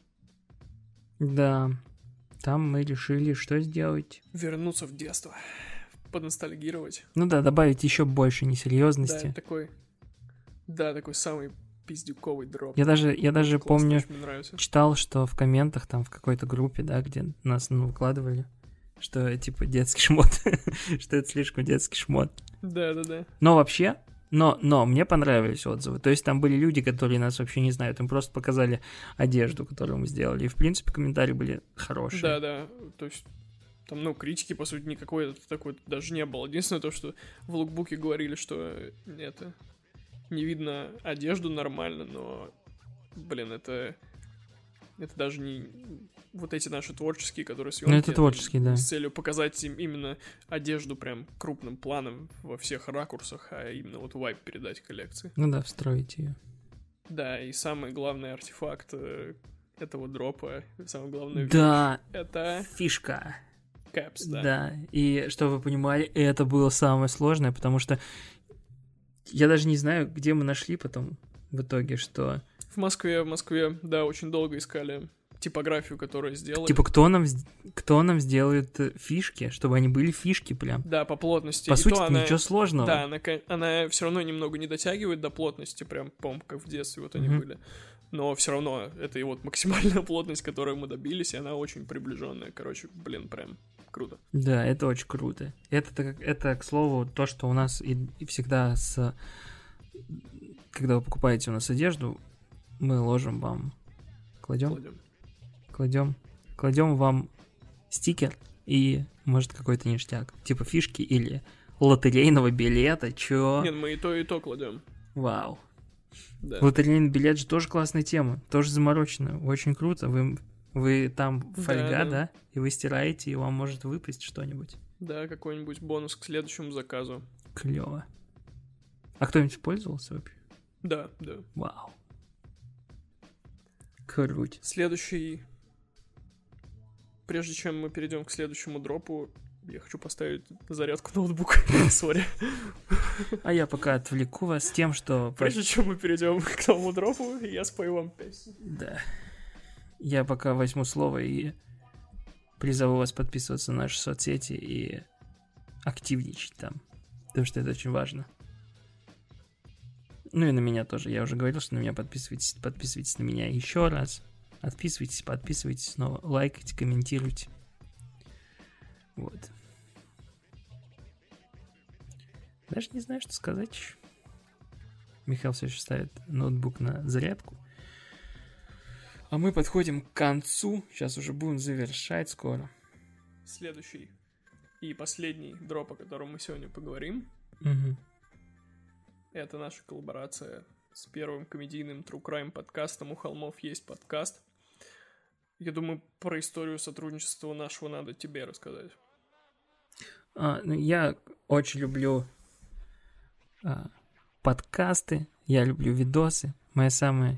Да, там мы решили, что сделать? Вернуться в детство. Поностальгировать. Ну да, добавить еще больше несерьезности. Да, такой самый пиздюковый дроп. Я даже классно, помню, читал, что в комментах там в какой-то группе, да, где нас выкладывали, что типа детский шмот, что это слишком детский шмот. Да. Но вообще, но мне понравились отзывы. То есть там были люди, которые нас вообще не знают, им просто показали одежду, которую мы сделали. И в принципе комментарии были хорошие. Да, то есть там, ну, критики, по сути, никакой такой даже не было. Единственное то, что в лукбуке говорили, что это не видно одежду нормально, но, блин, это даже не вот эти наши творческие, которые съемки. Ну, это творческие, да. С целью показать им именно одежду прям крупным планом во всех ракурсах, а именно вот вайб передать коллекции. Ну да, встроить ее. Да, и самый главный артефакт этого дропа, самое главное, Да, это фишка. Caps, да. Да, и чтобы вы понимали, это было самое сложное, потому что я даже не знаю, где мы нашли потом в итоге, что... В Москве, да, очень долго искали типографию, которую сделали. Типа, кто нам сделает фишки, чтобы они были фишки прям? Да, по плотности. По И сути, то она, ничего сложного. Да, она все равно немного не дотягивает до плотности, прям, по-моему, как в детстве вот они были. Но все равно это и вот максимальная плотность, которую мы добились, и она очень приближенная. Короче, блин, прям круто. Да, это очень круто. Это, к слову, то, что у нас и всегда когда вы покупаете у нас одежду, мы ложим вам... Кладем вам стикер и, может, какой-то ништяк. Типа фишки или лотерейного билета, чё? Нет, мы и то кладем. Вау. Да. Лотерейный билет же тоже классная тема, тоже замороченная, очень круто. Вы там фольга, да? И вы стираете, и вам может выпасть что-нибудь. Да, какой-нибудь бонус к следующему заказу. Клево. А кто-нибудь пользовался вообще? Да. Вау. Круть. Следующий... Прежде чем мы перейдем к следующему дропу, я хочу поставить зарядку ноутбука. Сори. А я пока отвлеку вас тем, что... Прежде чем мы перейдем к тому дропу, я спою вам песню. Да. Я пока возьму слово и призову вас подписываться на наши соцсети и активничать там. Потому что это очень важно. Ну и на меня тоже. Я уже говорил, что на меня подписывайтесь. Подписывайтесь на меня еще раз. Подписывайтесь снова. Лайкайте, комментируйте. Вот. Даже не знаю, что сказать. Михаил все еще ставит ноутбук на зарядку. А мы подходим к концу. Сейчас уже будем завершать скоро. Следующий и последний дроп, о котором мы сегодня поговорим, это наша коллаборация с первым комедийным True Crime подкастом «У холмов есть подкаст». Я думаю, про историю сотрудничества нашего надо тебе рассказать. Я очень люблю подкасты, я люблю видосы. Моя самая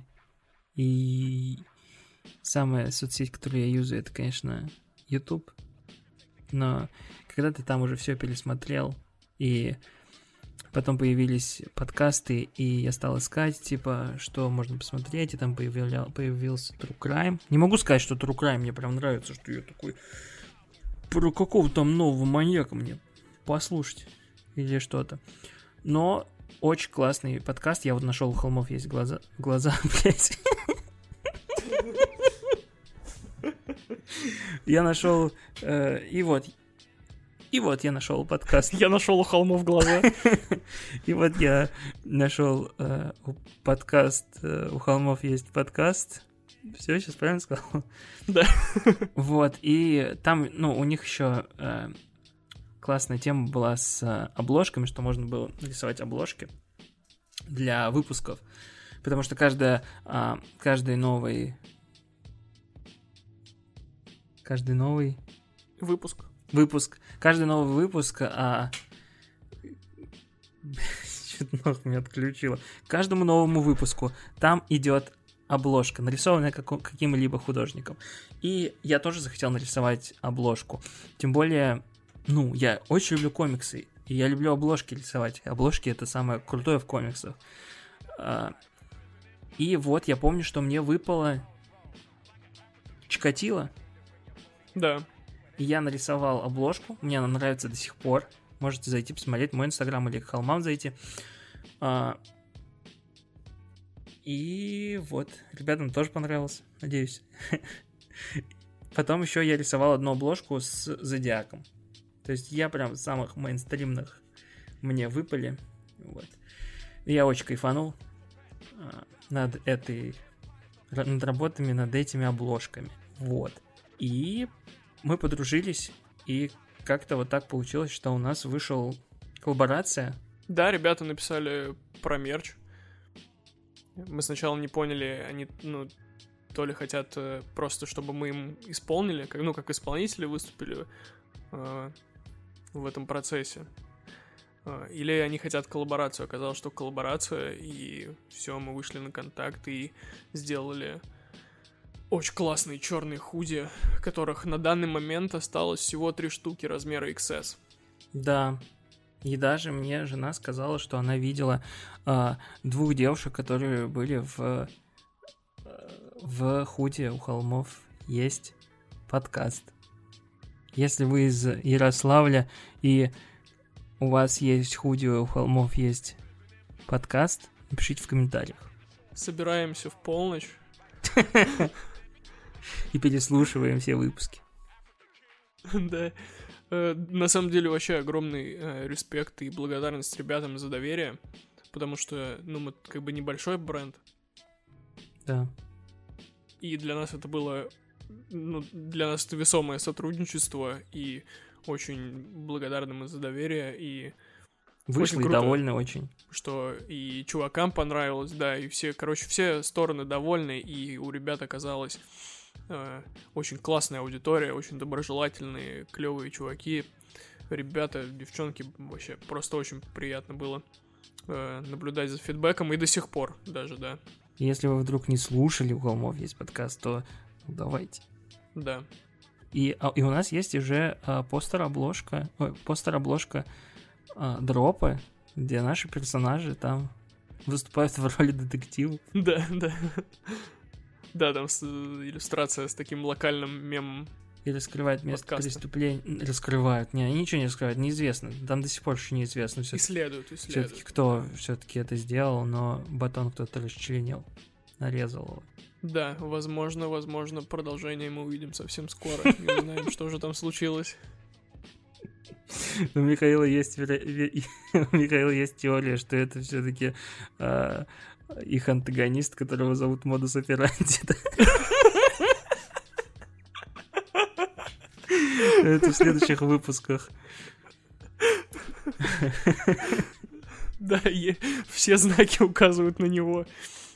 соцсеть, которую я юзаю, это, конечно, YouTube. Но когда ты там уже все пересмотрел, и потом появились подкасты, и я стал искать, типа, что можно посмотреть, и там появился True Crime. Не могу сказать, что True Crime мне прям нравится, что я такой про какого там нового маньяка мне послушать или что-то. Но очень классный подкаст. Я вот нашел «У холмов есть глаза, блять. Я нашел и вот я нашел подкаст. Я нашел «У холмов глаза». И вот я нашел подкаст «У холмов есть подкаст». Все, сейчас правильно сказал? Да. Вот, и там, у них еще классная тема была с обложками, что можно было рисовать обложки для выпусков. Потому что каждый новый выпуск, что-то ног меня отключило. Каждому новому выпуску там идет обложка, нарисованная каким-либо художником. И я тоже захотел нарисовать обложку. Тем более, я очень люблю комиксы, и я люблю обложки рисовать. Обложки — это самое крутое в комиксах. И вот я помню, что мне выпало Чикатило. Да. И я нарисовал обложку. Мне она нравится до сих пор. Можете зайти посмотреть мой инстаграм или к холмам зайти. И вот, ребятам тоже понравилось, надеюсь. Потом еще я рисовал одну обложку с Зодиаком. То есть я прям самых мейнстримных мне выпали. Вот. И я очень кайфанул над работами, над этими обложками. Вот. И мы подружились, и как-то вот так получилось, что у нас вышел коллаборация. Да, ребята написали про мерч. Мы сначала не поняли, они, то ли хотят просто, чтобы мы им исполнили, как исполнители выступили в этом процессе. Или они хотят коллаборацию. Оказалось, что коллаборация, и все, мы вышли на контакт и сделали очень классные черные худи, которых на данный момент осталось всего 3 штуки размера XS. Да. И даже мне жена сказала, что она видела 2 девушек, которые были в худи у холмов есть подкаст. Если вы из Ярославля и у вас есть худи, у холмов есть подкаст, напишите в комментариях. Собираемся в полночь. И переслушиваем все выпуски. Да. На самом деле, вообще огромный респект и благодарность ребятам за доверие, потому что, мы как бы небольшой бренд. Да. И для нас это было, для нас это весомое сотрудничество, и очень благодарны мы за доверие, и вышли очень круто, довольны очень. Что и чувакам понравилось, да, и все стороны довольны, и у ребят оказалось очень классная аудитория, очень доброжелательные, клевые чуваки, ребята, девчонки, вообще просто очень приятно было наблюдать за фидбэком, и до сих пор даже, да. Если вы вдруг не слушали, у холмов есть подкаст, то давайте. Да. И у нас есть уже постер-обложка дропа, где наши персонажи там выступают в роли детективов. Да, да. Да, там иллюстрация с таким локальным мемом. И раскрывают место подкаста. преступления. Раскрывают. Не, они ничего не раскрывают, неизвестно. Там до сих пор еще неизвестно. Исследуют. Все-таки кто все-таки это сделал, но батон кто-то расчленил. Нарезал его. Да, возможно, продолжение мы увидим совсем скоро. Не знаем, что же там случилось. У Михаила есть теория, что это все-таки их антагонист, которого зовут Модус Операнди. Это в следующих выпусках. Да, все знаки указывают на него.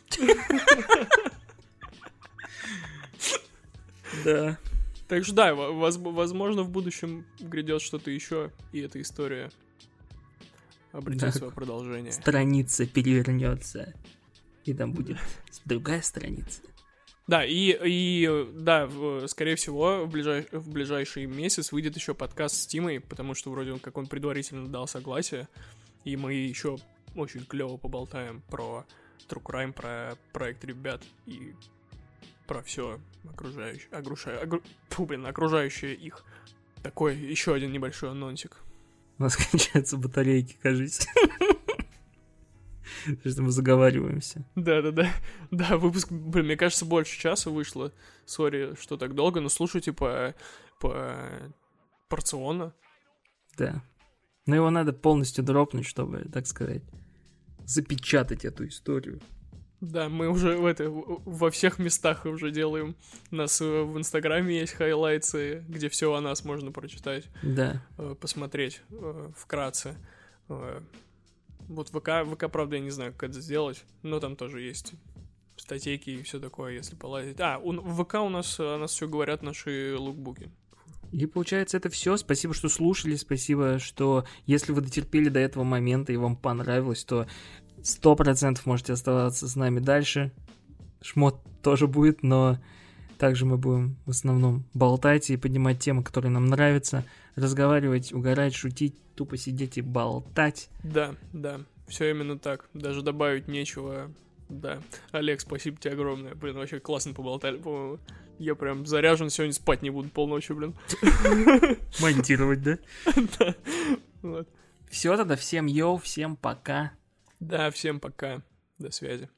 Да. Так что да, возможно, в будущем грядет что-то еще, и эта история обретет свое продолжение. Страница перевернется, и там будет другая страница. Да, да, скорее всего, в ближайший месяц выйдет еще подкаст с Тимой, потому что вроде как он предварительно дал согласие, и мы еще очень клево поболтаем про True Crime, про проект ребят и про все окружающее их. Такой еще один небольшой анонсик. У нас кончаются батарейки, кажется. Что мы заговариваемся. Да, выпуск, мне кажется, больше часа вышло. Сори, что так долго, но слушайте порционно. Да. Но его надо полностью дропнуть, чтобы, так сказать, запечатать эту историю. Да, мы уже во всех местах уже делаем. У нас в Инстаграме есть хайлайтсы, где все о нас можно прочитать. Да. Посмотреть вкратце. Вот ВК, правда, я не знаю, как это сделать, но там тоже есть статейки и все такое, если полазить. В ВК у нас о нас все говорят наши лукбуки. И получается, это все. Спасибо, что слушали. Спасибо, что если вы дотерпели до этого момента и вам понравилось, то 100% можете оставаться с нами дальше. Шмот тоже будет, но также мы будем в основном болтать и поднимать темы, которые нам нравятся, разговаривать, угорать, шутить, тупо сидеть и болтать. Да, все именно так. Даже добавить нечего. Да. Олег, спасибо тебе огромное. Блин, вообще классно поболтали, по-моему. Я прям заряжен, сегодня спать не буду полночи, блин. Монтировать, да? Да. Вот. Все тогда, всем йоу, всем пока. Да, всем пока. До связи.